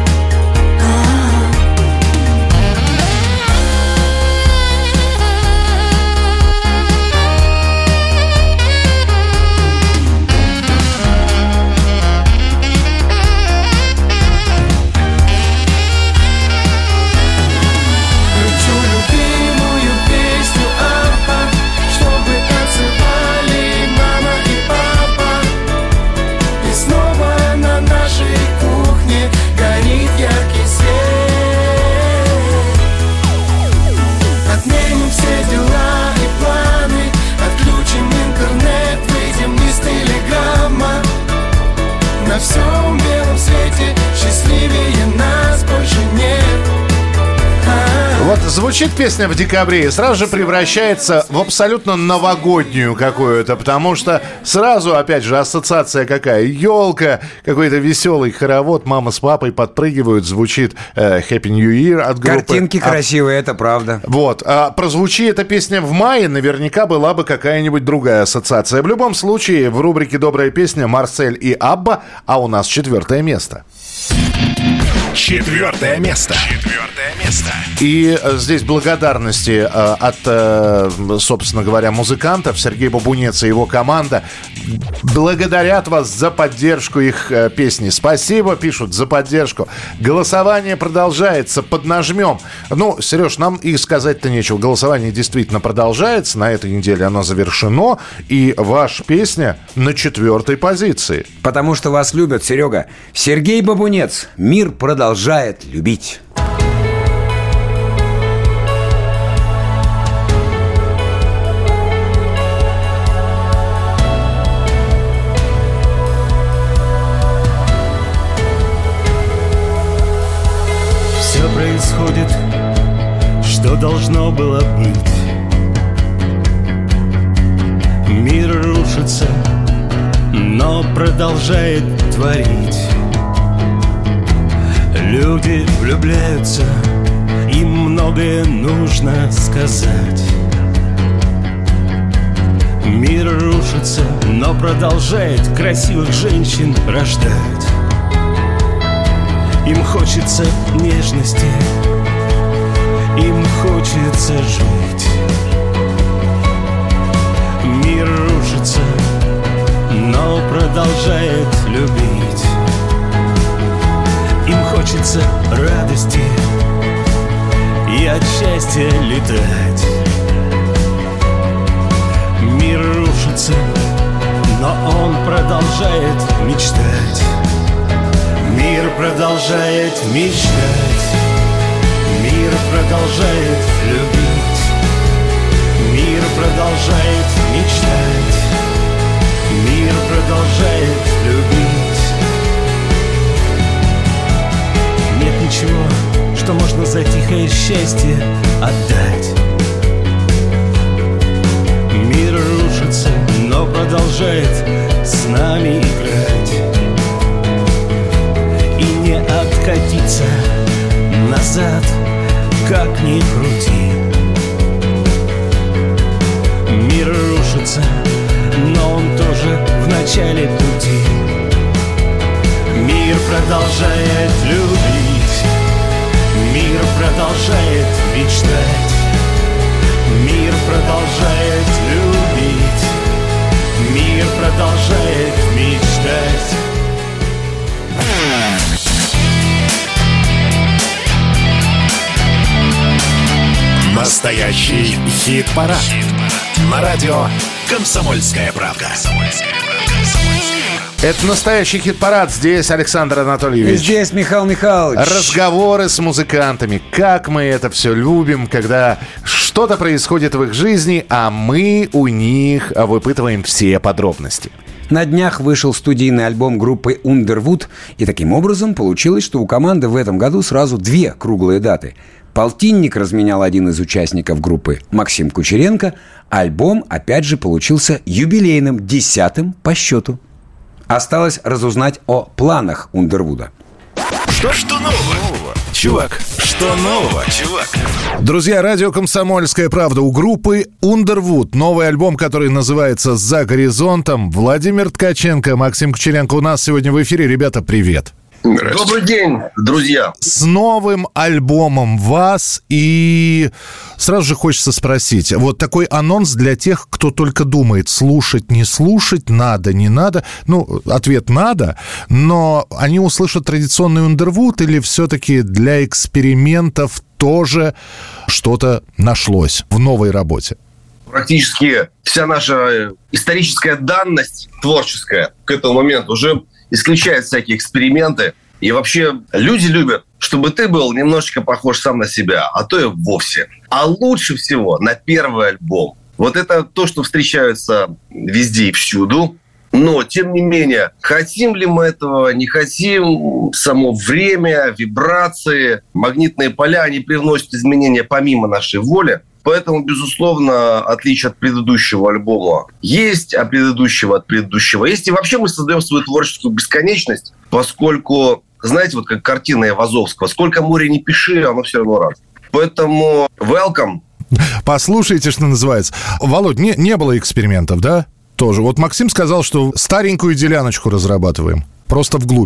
На всем белом свете счастливее нас больше нет. Вот звучит песня в декабре и сразу же превращается в абсолютно новогоднюю какую-то, потому что сразу, опять же, ассоциация какая? Елка, какой-то веселый хоровод, мама с папой подпрыгивают, звучит Happy New Year от группы. Картинки красивые, это правда. Вот, прозвучи эта песня в мае, наверняка была бы какая-нибудь другая ассоциация. В любом случае, в рубрике «Добрая песня» Марсель и Абба, а у нас 4-е место. 4 место. И здесь благодарности от, собственно говоря, музыкантов. Сергей Бабунец и его команда благодарят вас за поддержку их песни. Спасибо, пишут, за поддержку. Голосование продолжается, поднажмем. Ну, Сереж, нам и сказать-то нечего. Голосование действительно продолжается. На этой неделе оно завершено. И ваша песня на 4-й позиции. Потому что вас любят, Серега. Сергей Бабунец. Мир продолжает любить. Все происходит, что должно было быть. Мир рушится, но продолжает творить. Люди влюбляются, им многое нужно сказать. Мир рушится, но продолжает красивых женщин рождать. Им хочется нежности, им хочется жить. Мир рушится, но продолжает любить. Им хочется радости и от счастья летать. Мир рушится, но он продолжает мечтать. Мир продолжает мечтать. Мир продолжает любить. Мир продолжает мечтать. Мир продолжает любить. Нет ничего, что можно за тихое счастье отдать. Мир рушится, но продолжает с нами играть. И не откатиться назад, как ни крути. Мир рушится, но он тоже в начале пути. Мир продолжает любить. Мир продолжает мечтать. Мир продолжает любить. Мир продолжает мечтать. Настоящий хит-парад. На радио «Комсомольская правда». Это настоящий хит-парад. Здесь Александр Анатольевич. И здесь Михаил Михайлович. Разговоры с музыкантами. Как мы это все любим, когда что-то происходит в их жизни, а мы у них выпытываем все подробности. На днях вышел студийный альбом группы Underwood, и таким образом получилось, что у команды в этом году сразу 2 круглые даты. Полтинник разменял один из участников группы, Максим Кучеренко. Альбом, опять же, получился юбилейным, 10-м по счету. Осталось разузнать о планах Underwood'а. Что нового, чувак? Что нового, чувак? Друзья, радио «Комсомольская правда». У группы Underwood новый альбом, который называется «За горизонтом». Владимир Ткаченко, Максим Кучеренко у нас сегодня в эфире. Ребята, привет. Добрый день, друзья. С новым альбомом вас. И сразу же хочется спросить. Вот такой анонс для тех, кто только думает, слушать, не слушать, надо, не надо. Ну, ответ надо. Но они услышат традиционный Underwood или все-таки для экспериментов тоже что-то нашлось в новой работе? Практически вся наша историческая данность творческая к этому моменту уже исключает всякие эксперименты. И вообще люди любят, чтобы ты был немножечко похож сам на себя, а то и вовсе. А лучше всего на первый альбом. Вот это то, что встречается везде и всюду. Но, тем не менее, хотим ли мы этого, не хотим, само время, вибрации, магнитные поля, они привносят изменения помимо нашей воли. Поэтому, безусловно, отличие от предыдущего альбома есть, а предыдущего от предыдущего есть. И вообще мы создаем свою творческую бесконечность, поскольку, знаете, вот как картина Айвазовского, сколько моря не пиши, оно все равно раз. Поэтому welcome. Послушайте, что называется. Володь, не было экспериментов, да? Тоже. Вот Максим сказал, что старенькую деляночку разрабатываем. Просто вглубь.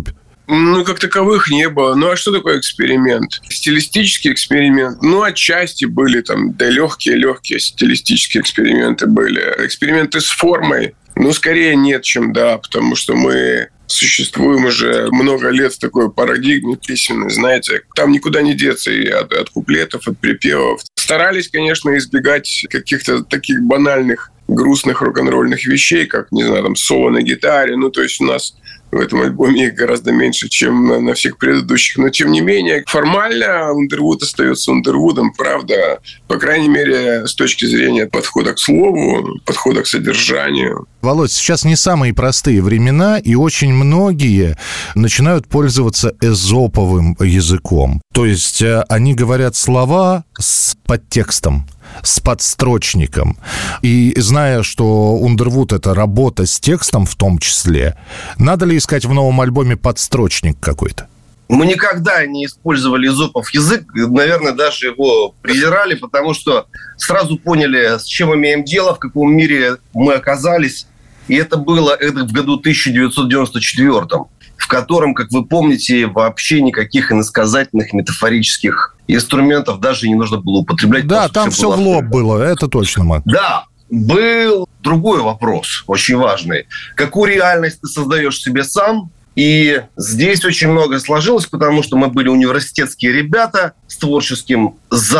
Ну, как таковых не было. Ну, а что такое эксперимент? Стилистический эксперимент? Ну, отчасти были там, да, легкие стилистические эксперименты были. Эксперименты с формой, ну, скорее нет, чем да, потому что мы существуем уже много лет в такой парадигме песенной, знаете. Там никуда не деться и от куплетов, от припевов. Старались, конечно, избегать каких-то таких банальных, грустных рок-н-ролльных вещей, как, не знаю, там, соло на гитаре. Ну, то есть у нас в этом альбоме их гораздо меньше, чем на всех предыдущих. Но, тем не менее, формально Underwood остается Underwood'ом, правда, по крайней мере, с точки зрения подхода к слову, подхода к содержанию. Володь, сейчас не самые простые времена, и очень многие начинают пользоваться эзоповым языком. То есть они говорят слова с подтекстом, с подстрочником. И зная, что Underwood — это работа с текстом в том числе, надо ли искать в новом альбоме подстрочник какой-то? Мы никогда не использовали эзопов язык, наверное, даже его презирали, потому что сразу поняли, с чем имеем дело, в каком мире мы оказались. И это было в году 1994, в котором, как вы помните, вообще никаких иносказательных метафорических инструментов даже не нужно было употреблять. Да, там все в лоб было, это точно, Мак. Да, был другой вопрос, очень важный. Какую реальность ты создаешь себе сам? И здесь очень многое сложилось, потому что мы были университетские ребята с творческим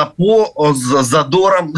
задором.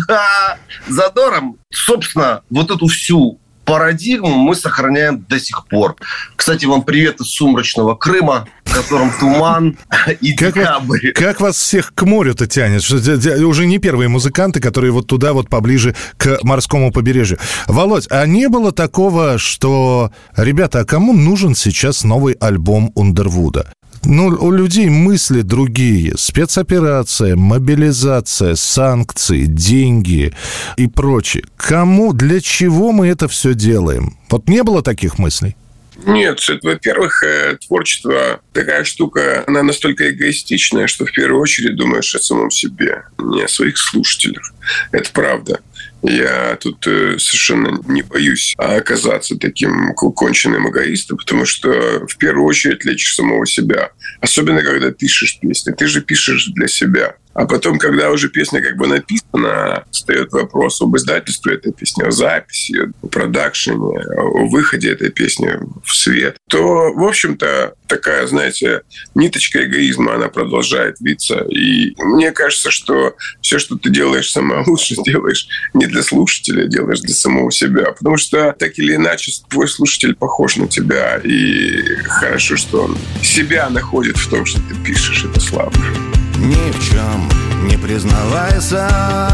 Собственно, вот эту всю парадигму мы сохраняем до сих пор. Кстати, вам привет из сумрачного Крыма, в котором туман и декабрь. Как вас всех к морю-то тянет? Уже не первые музыканты, которые вот туда, вот поближе к морскому побережью. Володь, а не было такого, что, ребята, а кому нужен сейчас новый альбом Underwood'а? Ну, у людей мысли другие. Спецоперация, мобилизация, санкции, деньги и прочее. Кому, для чего мы это все делаем? Вот не было таких мыслей? Нет, во-первых, творчество такая штука, она настолько эгоистичная, что в первую очередь думаешь о самом себе, не о своих слушателях. Это правда. Я тут совершенно не боюсь оказаться таким конченным эгоистом, потому что в первую очередь лечишь самого себя. Особенно, когда пишешь песни. Ты же пишешь для себя. А потом, когда уже песня как бы написана, встает вопрос об издательстве этой песни, о записи, о продакшене, о выходе этой песни в свет, то, в общем-то, такая, знаете, ниточка эгоизма, она продолжает виться. И мне кажется, что все, что ты делаешь самое лучшее, делаешь не для слушателя, делаешь для самого себя. Потому что так или иначе твой слушатель похож на тебя. И хорошо, что он себя находит в том, что ты пишешь. Это славно. Ни в чем не признавайся,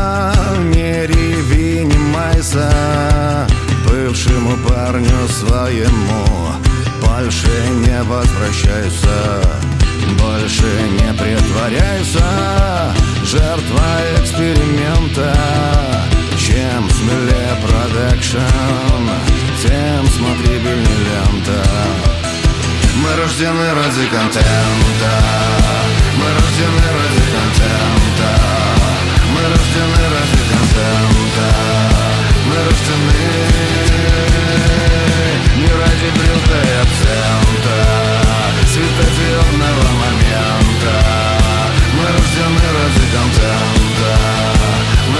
не реви, не майся бывшему парню своему. Больше не возвращайся, больше не притворяйся. Жертва эксперимента. Чем смелее продакшн, тем смотрибельнее лента. Мы рождены ради контента. Мы рождены ради контента. Мы рождены ради контента. Мы рождены не ради брюка и акцента, светодиодного момента. Мы рождены ради контента. Мы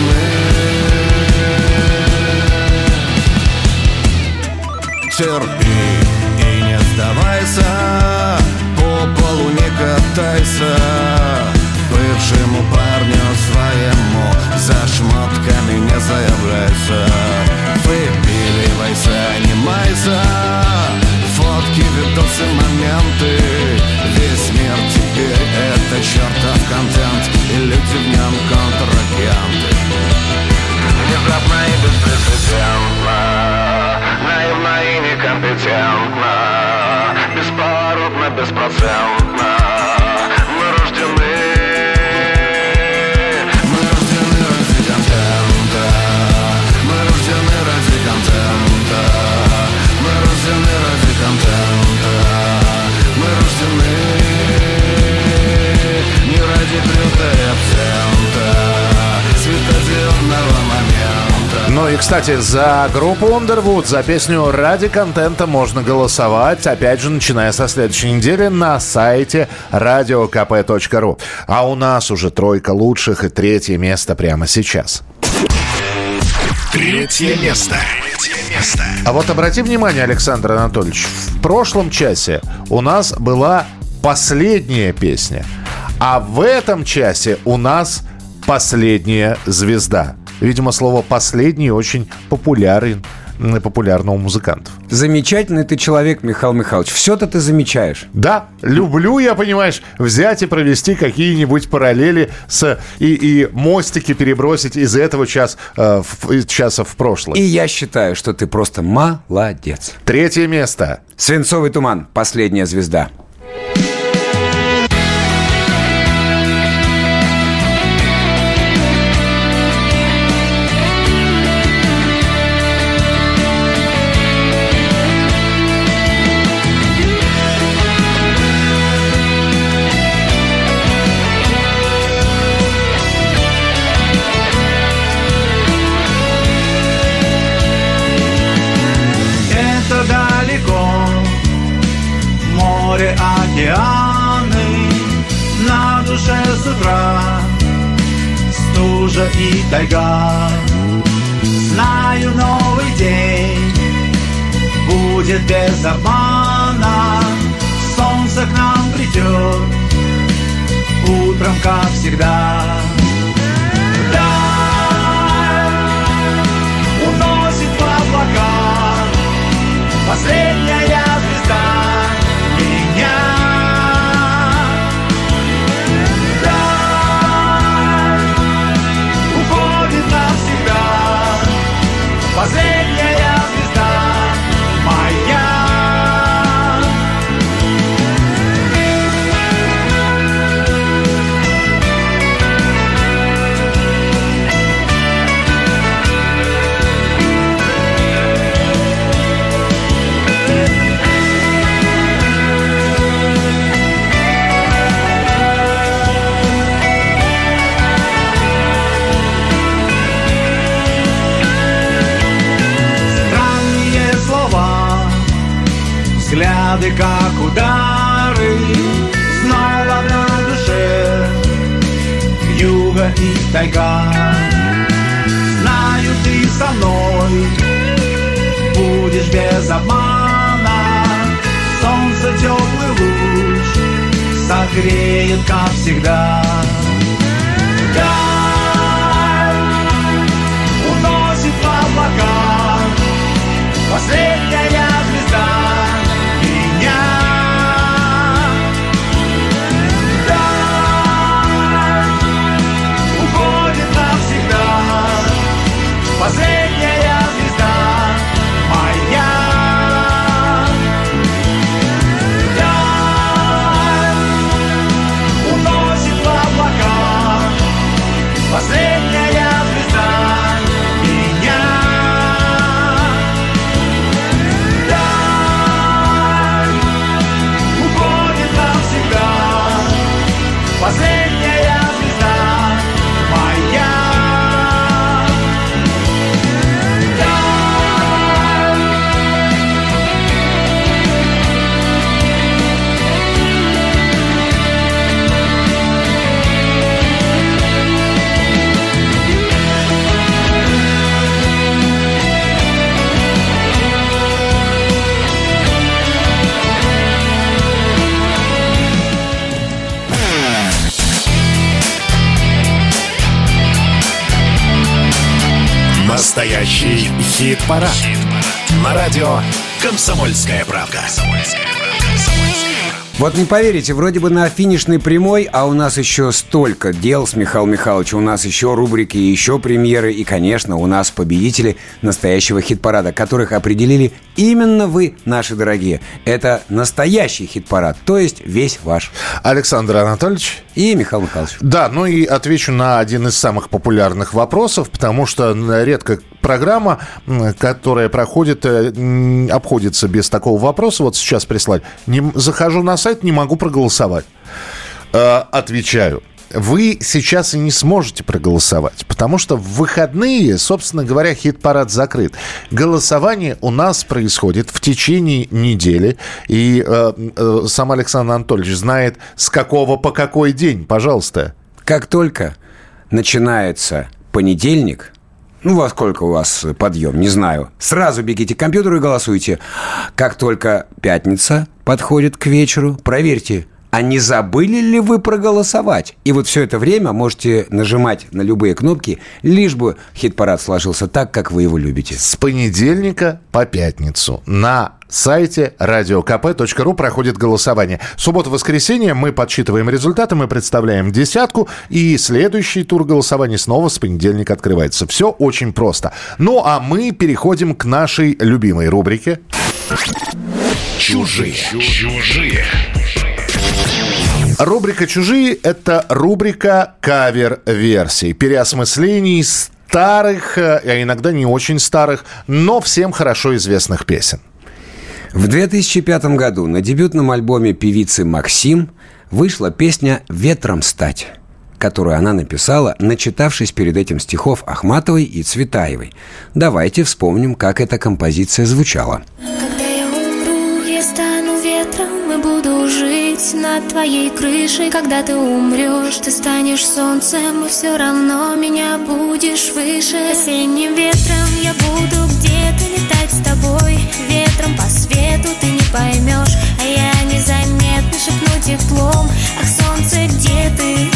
рождены. Терпи и не сдавайся, по полу не катайся. Бывшему парню своему за шмотками не заявляйся. Выпиливайся, не майся. Фотки, видосы, моменты. Весь мир теперь это чертов контент, и люди в нем контрагенты. Внезапно и беспрецедентно, наивно и некомпетентно, бесповоротно, беспроцентно. Мы рождены ради контента. Мы рождены ради контента. Мы рождены ради контента. Мы рождены не ради брюка и абсента, светодиодного момента. Но Ну и, кстати, за группу Underwood, за песню «Ради контента» можно голосовать, опять же, начиная со следующей недели на сайте radiokp.ru. А у нас уже тройка лучших и третье место прямо сейчас. Третье место. А вот обрати внимание, Александр Анатольевич, в прошлом часе у нас была последняя песня, а в этом часе у нас последняя звезда. Видимо, слово «последний» очень популярно у музыкантов. Замечательный ты человек, Михаил Михайлович. Все-то ты замечаешь. Да, люблю я, понимаешь, взять и провести какие-нибудь параллели и мостики перебросить из этого часа в прошлое. И я считаю, что ты просто молодец. Третье место. «Свинцовый туман», «Последняя звезда». Океаны, на душе с утра стужа и тайга. Знаю, новый день будет без обмана. Солнце к нам придет утром, как всегда. Вдаль уносит в облака последняя звезда. Последняя звезда моя. Взгляды, как удары, снова на душе вьюга и тайга. Знаю, ты со мной будешь без обмана. Солнце теплый луч согреет, как всегда. Даль уносит в облака последняя звезда. Последняя звезда моя. Даль уносит в облака последняя звезда меня. Даль уходит навсегда последняя звезда моя. Настоящий хит-парад. На радио «Комсомольская правда». Вот не поверите, вроде бы на финишной прямой, а у нас еще столько дел с Михаилом Михайловичем. У нас еще рубрики, еще премьеры и, конечно, у нас победители настоящего хит-парада, которых определили именно вы, наши дорогие. Это настоящий хит-парад, то есть весь ваш. Александр Анатольевич. И Михаил Михайлович. Да, ну и отвечу на один из самых популярных вопросов, потому что редко программа, которая проходит, обходится без такого вопроса. Вот сейчас прислали. Захожу на сайт, не могу проголосовать. Отвечаю. вы сейчас и не сможете проголосовать, потому что в выходные, собственно говоря, хит-парад закрыт. Голосование у нас происходит в течение недели, и сам Александр Анатольевич знает, с какого по какой день. Пожалуйста. Как только начинается понедельник, во сколько у вас подъем, не знаю, сразу бегите к компьютеру и голосуйте. Как только пятница подходит к вечеру, проверьте, а не забыли ли вы проголосовать? И вот все это время можете нажимать на любые кнопки, лишь бы хит-парад сложился так, как вы его любите. С понедельника по пятницу на сайте radiokp.ru проходит голосование. Суббота-воскресенье мы подсчитываем результаты, мы представляем десятку, и следующий тур голосования снова с понедельника открывается. Все очень просто. Ну, а мы переходим к нашей любимой рубрике. Чужие. Рубрика «Чужие» — это рубрика кавер-версий, переосмыслений старых, а иногда не очень старых, но всем хорошо известных песен. В 2005 году на дебютном альбоме певицы Максим вышла песня «Ветром стать», которую она написала, начитавшись перед этим стихов Ахматовой и Цветаевой. Давайте вспомним, как эта композиция звучала. Когда я умру, я стану ветром и буду жить над твоей крышей. Когда ты умрешь, ты станешь солнцем, и все равно меня будешь выше. Осенним ветром я буду где-то летать с тобой. Ветром по свету ты не поймешь, а я незаметно шепну теплом. Ах, солнце, где ты?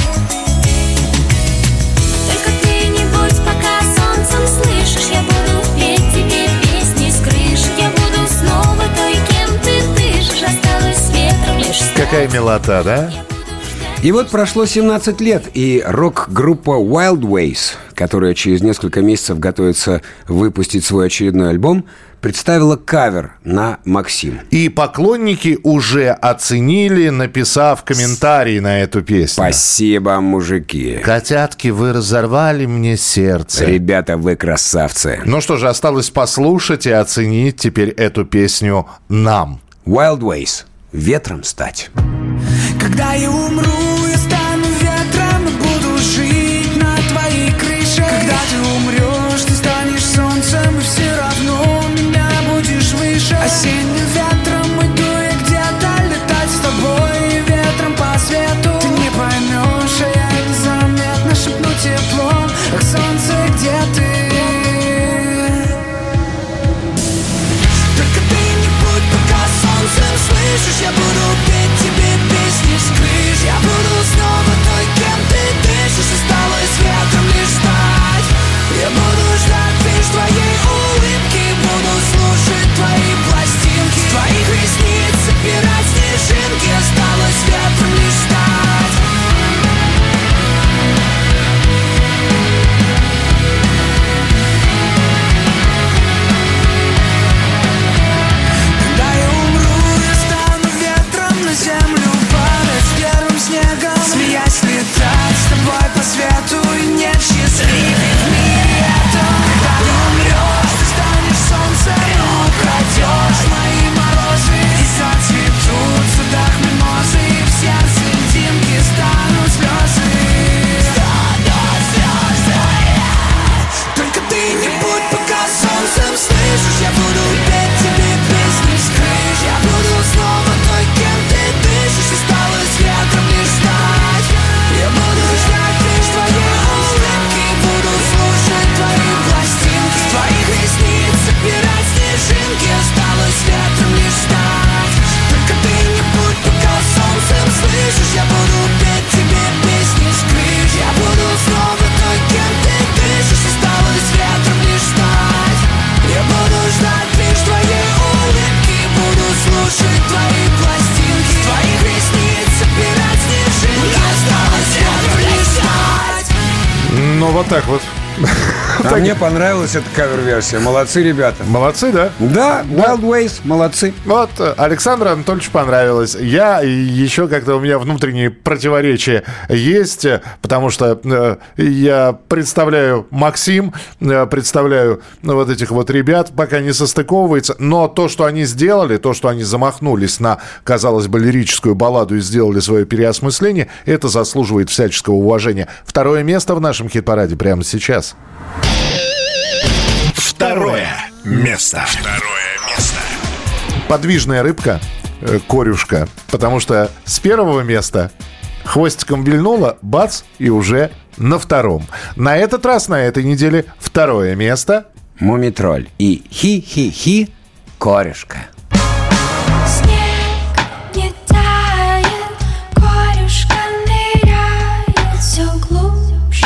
Только ты не будь пока солнцем, слышишь? Я буду петь тебе песни с крыши. Я буду снова той, кем ты дышишь. Осталось ветром лишь стать. Какая милота, да? И вот прошло 17 лет, и рок-группа Wild Ways, которая через несколько месяцев готовится выпустить свой очередной альбом, представила кавер на «Максим». И поклонники уже оценили, написав комментарий на эту песню. Спасибо, мужики. Котятки, вы разорвали мне сердце. Ребята, вы красавцы. Ну что же, осталось послушать и оценить теперь эту песню нам. Wild Ways. Ветром стать. Когда я умру, я стану ветром и буду жить на твоей крыше. Когда ты умрешь, ты станешь солнцем, и все равно меня будешь выше. Осенним ветром иду я где-то летать с тобой. Ветром по свету ты не поймешь, а я незаметно шепну теплом. Ах, солнце, где ты? Только ты не будь пока солнцем, слышишь? Я буду петь тебе песни с крыш. Я буду снова той, кем ты дышишь. Осталось ветром лишь стать. Я буду ждать лишь твоей улыбки. Буду слушать твои пластинки. С твоих ресниц собирать снежинки. Осталось ветром лишь стать. Когда я умру, я стану ветром на землю, падать с первым снегом, смеясь летать с тобой по свету. И нет счастливее в мире этом. Когда ты умрешь, ты станешь солнцем, украдешь мои морозы. И зацветут в садах мимозы, и в сердце льдинки станут слезы. Только ты не будь пока солнцем, слышишь? Я буду петь тебе песни с крыш. Я буду снова той, кем ты дышишь. Осталось ветром лишь стать. Я буду ждать лишь твоей улыбки. Буду слушать твои пластинки. С твоих ресниц собирать снежинки. Осталось ветром лишь стать. Только ты не будь пока солнцем, слышишь? Я буду петь тебе песни с крыш. Я буду снова той, кем ты дышишь. Осталось ветром лишь стать. Я буду ждать лишь твоей улыбки. Буду слушать твои пластинки. С твоих ресниц собирать снежинки. Осталось ветром лишь стать. Ну, вот так вот. А мне понравилась эта кавер-версия. Молодцы, ребята. Молодцы, да? Да, Wild Ways, молодцы. Вот, Александру Анатольевичу понравилось. Я еще как-то у меня внутренние противоречия есть, потому что я представляю Максим, представляю вот этих вот ребят, пока не состыковывается. Но то, что они сделали, то, что они замахнулись на, казалось бы, лирическую балладу и сделали свое переосмысление, это заслуживает всяческого уважения. Второе место в нашем хит-параде прямо сейчас. Второе место. Подвижная рыбка, корюшка, потому что с первого места хвостиком вильнула, бац, и уже на втором. На этот раз, на этой неделе, второе место. Мумитроль и хи-хи-хи, корюшка. Не тает, корюшка ныряет все глубже.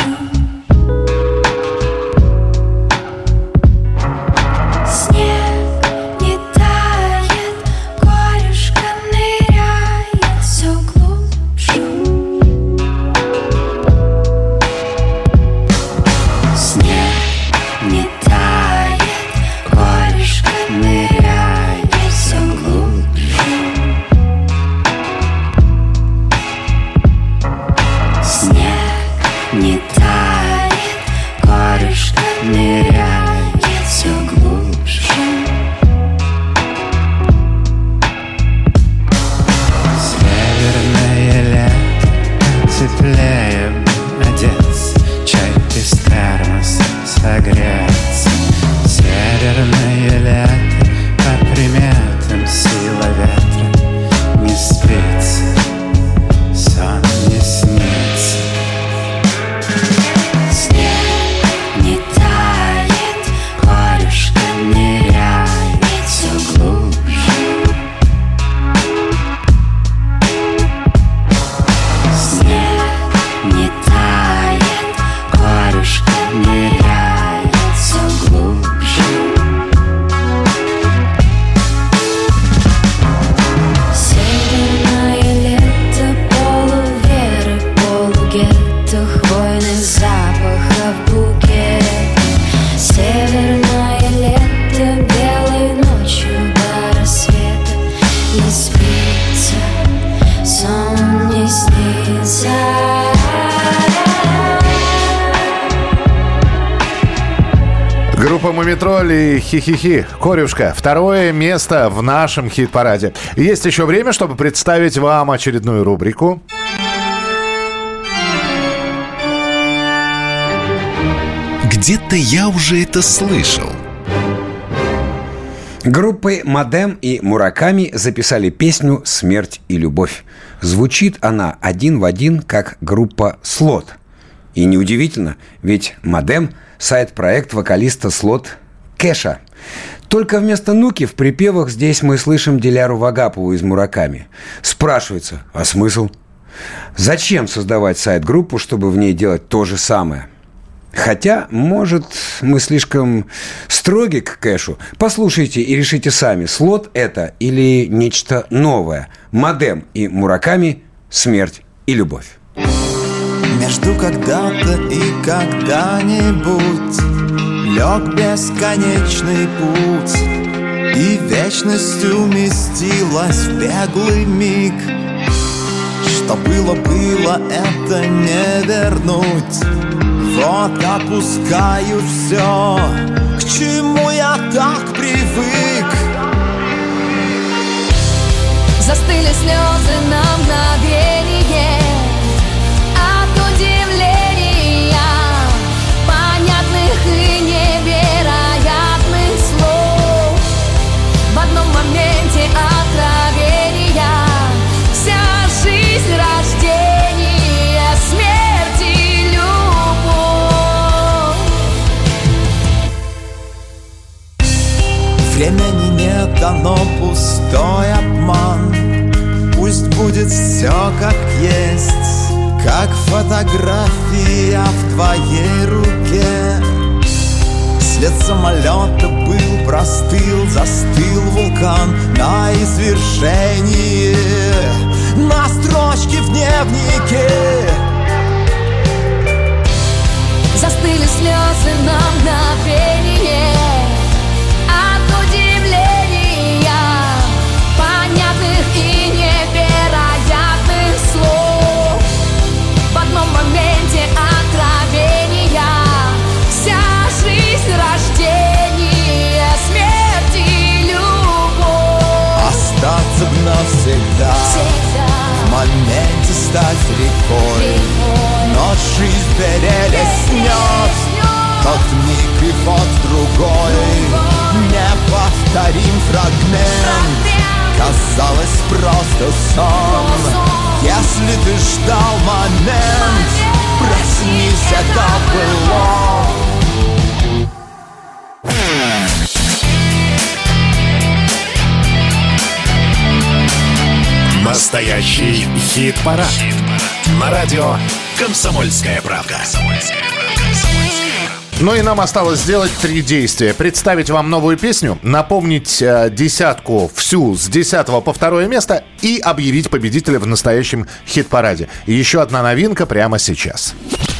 Снег не тает, корюшка ныряет все глубже. Снег не тает, корюшка ныряет все глубже. Снег не тает, корюшка ныряет все глубже. Северное лето, теплее одеться, чай без термоса согреться. Северное лето, по приметам сила ветра, не спится, сон не снится. Снег не тает, корюшка ныряет все глубже. Снег не тает, корюшка ныряет все глубже. Северное лето, полуверы, полугетто, хвойных запахов букет. Северное лето, белой ночью до рассвета не спится, сон не снится. Группа «Мумитроль» и «Хи-хи-хи». Корюшка. Второе место в нашем хит-параде. Есть еще время, чтобы представить вам очередную рубрику. Где-то я уже это слышал. Группы Мадем и Мураками записали песню «Смерть и любовь». Звучит она один в один, как группа «Слот». И неудивительно, ведь Мадем – сайт-проект вокалиста «Слот» Кэша. Только вместо «Нуки» в припевах здесь мы слышим Диляру Вагапову из Мураками. Спрашивается, а смысл? Зачем создавать сайт-группу, чтобы в ней делать то же самое? Хотя, может, мы слишком строги к Кэшу. Послушайте и решите сами, «Слот» это или нечто новое. Мадем и Мураками «Смерть и любовь». Между когда-то и когда-нибудь лег бесконечный путь, и вечность уместилась в беглый миг. Что было, это не вернуть. Вот отпускаю все, к чему я так привык. Застыли слезы на мгновение от удивления, понятных и невероятных слов. В одном моменте откровения вся жизнь рождения, смерть и любовь. Времени нет, оно пустой обман. Пусть будет все как есть, как фотография в твоей руке. След самолета был, простыл, застыл вулкан на извержении, на строчке в дневнике. Застыли слезы на мгновение от удивления понятных и невероятных слов. В одном моменте откровения вся жизнь, рождение, смерть и любовь. Остаться бы навсегда, в моменте стать рекой. Но жизнь перелеснет тот миг и вот другой. Неповторим фрагмент, казалось просто сон. Если ты ждал момент, проснись, это было. Настоящий хит-парад. На радио «Комсомольская правда». Ну и нам осталось сделать 3 действия. Представить вам новую песню, напомнить десятку всю с 10 по 2 место и объявить победителя в настоящем хит-параде. И еще одна новинка прямо сейчас.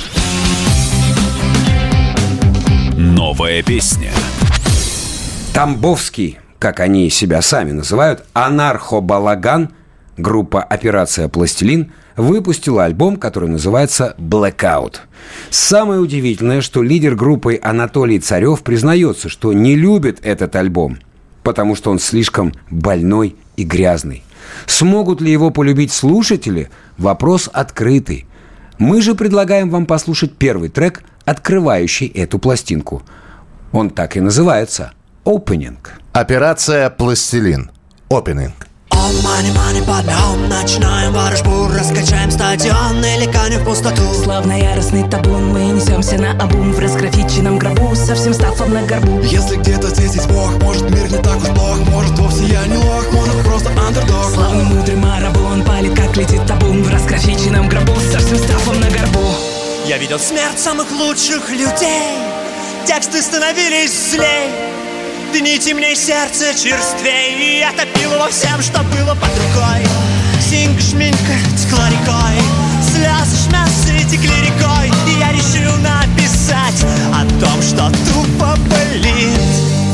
Новая песня. Тамбовский, как они себя сами называют, анархо-балаган, группа «Операция Пластилин», выпустила альбом, который называется «Blackout». Самое удивительное, что лидер группы Анатолий Царев признается, что не любит этот альбом, потому что он слишком больной и грязный. Смогут ли его полюбить слушатели? Вопрос открытый. Мы же предлагаем вам послушать первый трек, открывающий эту пластинку. Он так и называется «Opening». Операция «Пластилин». «Opening». Мани-мани под мягом, начинаем ворожбу, раскачаем стадион или канем в пустоту. Словно яростный табун, мы несемся на обум в расграфиченном гробу, совсем став на горбу. Если где-то здесь есть Бог, может мир не так уж плох, может вовсе я не лох, может просто андердог. Славный мудрый марабон палит, как летит табун в расграфиченном гробу, совсем став на горбу. Я видел смерть самых лучших людей, тексты становились злей. Дни темней, сердце черствей, я топил во всем, что было под рукой. Синька, шминка текла рекой, слезы, шмясы текли рекой. И я решил написать о том, что тупо болит.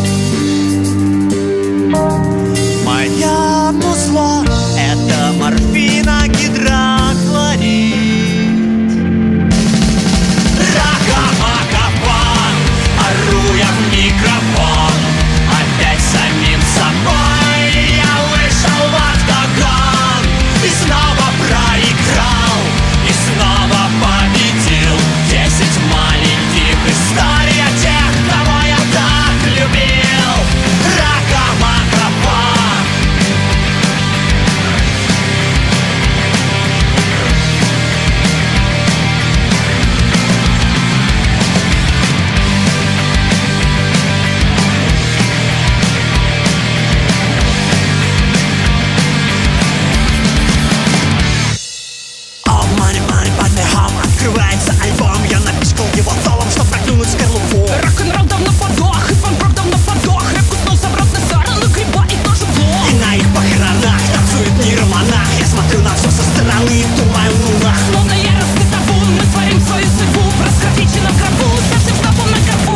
Мое музло — это морфиногидрохлорид. Рака-мака-пан, ору я в микрофон. Опять самим собой я вышел в октагон и снова проиграл, и снова победил. 10 маленьких историй о тех, кого я так любил. Рака-мака-пан. Открывается альбом, я напичкал его солом, чтоб проклюнуть скорлупу. Рок-н-ролл давно подох, хип-хоп давно подох. Рэп куснулся в рот на сторону гриба и тоже плохо. И на их похоронах танцует нейромонах. Я смотрю на все со стороны и думаю, ну нах. Словно яростный табун, мы творим свою судьбу в расграфиченном гробу, совсем стопом на горбу.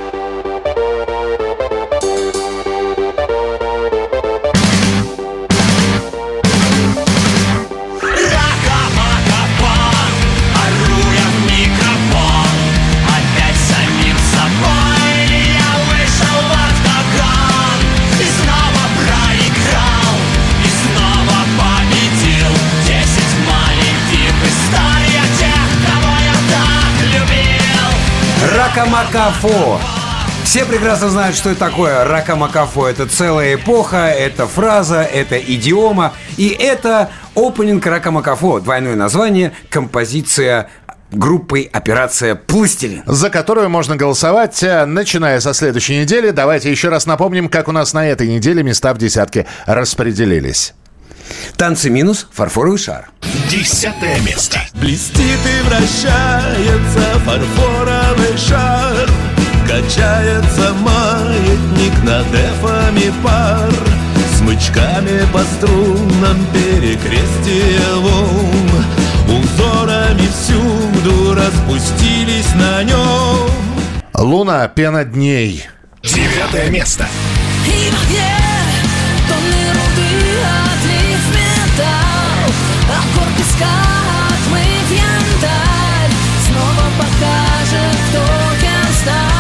Ракамакафо. Все прекрасно знают, что это такое Ракамакафо. Это целая эпоха, это фраза, это идиома. И это опенинг Ракамакафо. Двойное название, композиция группой «Операция Пластилин», за которую можно голосовать, начиная со следующей недели. Давайте еще раз напомним, как у нас на этой неделе места в десятке распределились. Танцы минус, фарфоровый шар. 10 место. Блестит и вращается фарфоровый шар, качается маятник над эфами пар, смычками по струнам перекрестие волн. узорами всюду распустились на нем. Луна, пена дней. 9 место. И в огне тонны руды, отлив металл, аккорд песка, отмыв янтарь, снова покажет, кто кем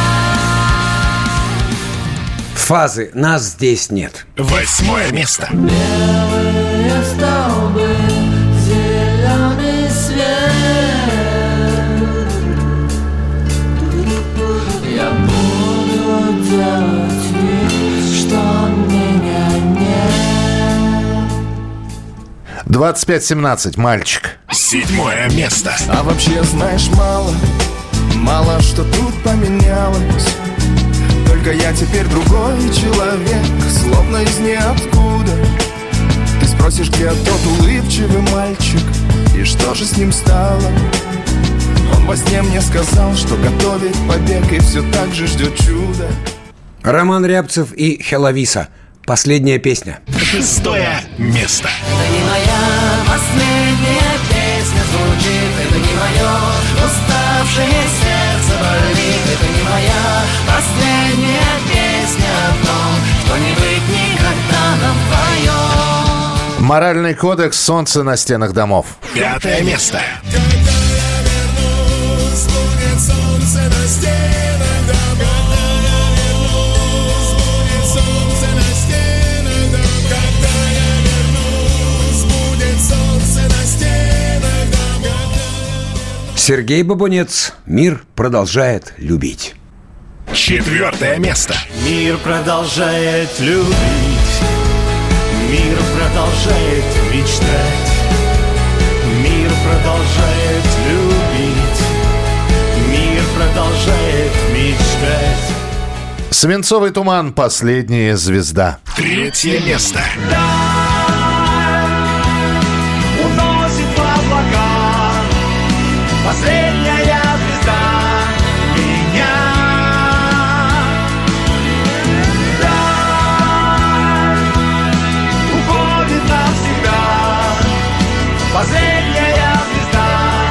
стал. Фазы «Нас здесь нет». 8 место. Белые столбы, зеленый свет. Я буду делать вид, что меня нет. 25-17, мальчик. 7 место. А вообще знаешь мало что тут поменялось. Только я теперь другой человек, словно из ниоткуда. Ты спросишь, где тот улыбчивый мальчик, и что же с ним стало? Он во сне мне сказал, что готовит побег и все так же ждет чуда. Роман Рябцев и Хелависа. Последняя песня. 6 место. Это не моя последняя песня звучит, это не мое уставшее сердце болит, это не моя последняя песня о том, что не быть никогда нам вдвоем. Моральный кодекс «Солнце на стенах домов». 5 место. Будет солнце на стенах домов. Будет солнце на стенах домов. Когда я вернусь, будет солнце на стенах домов. Сергей Бабунец. Мир продолжает любить. 4 место. Мир продолжает любить, мир продолжает мечтать, мир продолжает любить, мир продолжает мечтать. Свинцовый туман, последняя звезда. 3 место. Уносит в облака последняя звезда меня. Уходит навсегда последняя звезда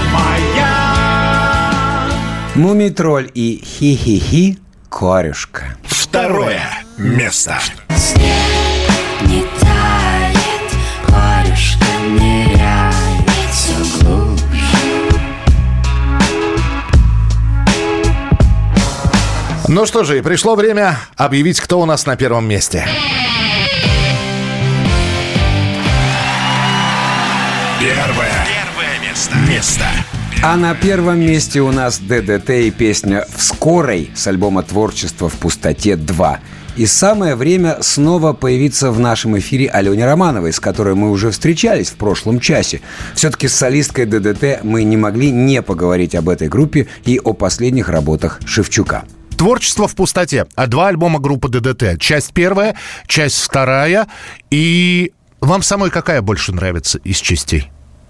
моя. Мумий-тролль и Хи-хи-хи корюшка. 2 место. Снег не тает, корюшка ныряет все глубже. Ну что же, и пришло время объявить, кто у нас на первом месте. Первое место. А на первом месте у нас ДДТ и песня «В скорой» с альбома «Творчество в пустоте 2». И самое время снова появиться в нашем эфире Алене Романовой, с которой мы уже встречались в прошлом часе. Все-таки с солисткой ДДТ мы не могли не поговорить об этой группе и о последних работах Шевчука. «Творчество в пустоте». 2 альбома группы ДДТ. Часть 1, часть 2. И вам самой какая больше нравится из частей?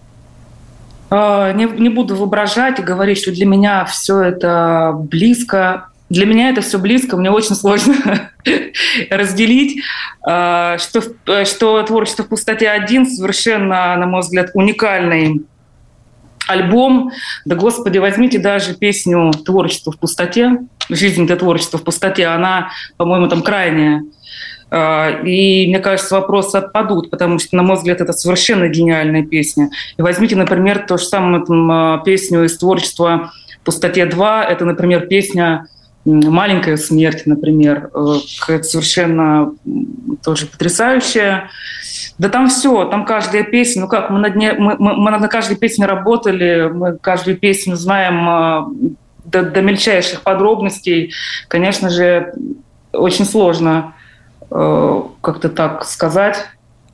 Не буду воображать и говорить, что для меня все это близко. Для меня это все близко, мне очень сложно разделить, что «Творчество в пустоте 1» совершенно, на мой взгляд, уникальный альбом. Да, Господи, возьмите даже песню «Творчество в пустоте», «Жизнь — это творчество в пустоте», она, по-моему, там крайняя. И, мне кажется, вопросы отпадут, потому что, на мой взгляд, это совершенно гениальная песня. И возьмите, например, то же самое песню из «Творчества в пустоте 2». Это, например, песня «Маленькая смерть», например. Это совершенно тоже потрясающая. Да там все, там каждая песня, ну как, мы над каждой песней работали, мы каждую песню знаем до мельчайших подробностей. Конечно же, очень сложно как-то так сказать.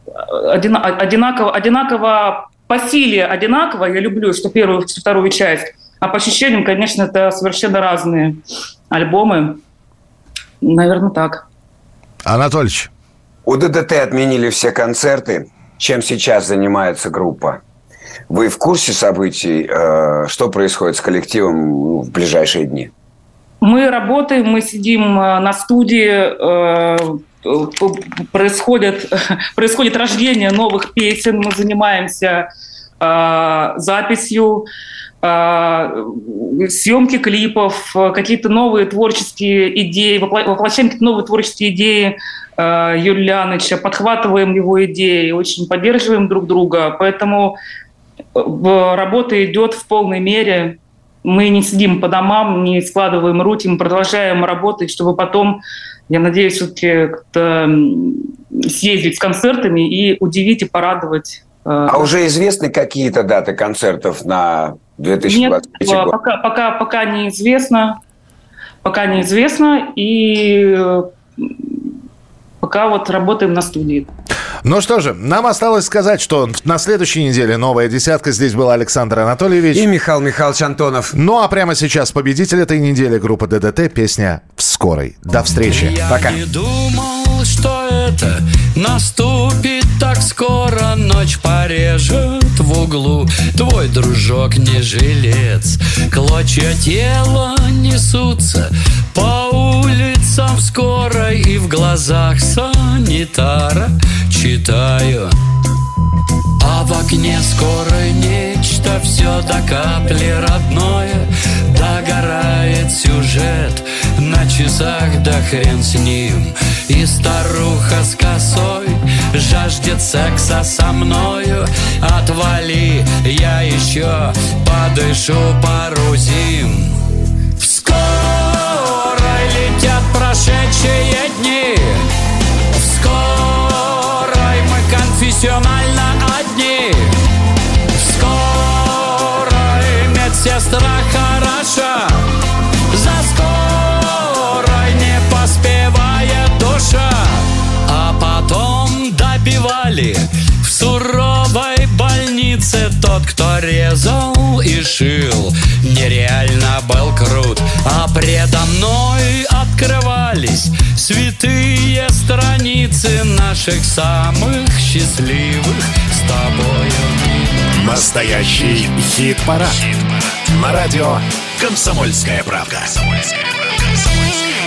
Одинаково по силе одинаково, я люблю, что первую, что вторую часть, а по ощущениям, конечно, это совершенно разные альбомы. Наверное, так. Анатольевич. У ДДТ отменили все концерты. Чем сейчас занимается группа? Вы в курсе событий, что происходит с коллективом в ближайшие дни? Мы работаем, мы сидим на студии, происходит рождение новых песен, мы занимаемся записью, съемки клипов, какие-то новые творческие идеи, воплощаем какие-то новые творческие идеи Юрия Леонидовича, подхватываем его идеи, очень поддерживаем друг друга. Поэтому работа идет в полной мере. Мы не сидим по домам, не складываем руки, мы продолжаем работать, чтобы потом, я надеюсь, все-таки как-то съездить с концертами и удивить и порадовать. А уже известны какие-то даты концертов на 2023 Нет, год? пока неизвестно. Пока неизвестно. И пока вот работаем на студии. Ну что же, нам осталось сказать, что на следующей неделе новая десятка. Здесь был Александр Анатольевич. И Михаил Михайлович Антонов. Ну а прямо сейчас победитель этой недели — группа ДДТ, песня «В скорой». До встречи. Пока. Я не думал, что это наступит так скоро. Ночь порежет в углу твой дружок не жилец. Клочья тела несутся по улицам скоро, и в глазах санитара читаю: а в окне скорой нечто все до капли родное. Догорает сюжет на часах, да хрен с ним. И старуха с косой жаждет секса со мною. Отвали, я еще подышу пару зим. В скорой летят прошедшие дни. В скорой мы конфессионально одни. В скорой медсестра хороша. За скорой не поспевает душа. А потом добивали в суровой больнице. Тот, кто резал и шил, нереально был крут. А предо мной открывались святые страницы наших самых счастливых с тобою. Настоящий хит-парад. На радио «Комсомольская правда».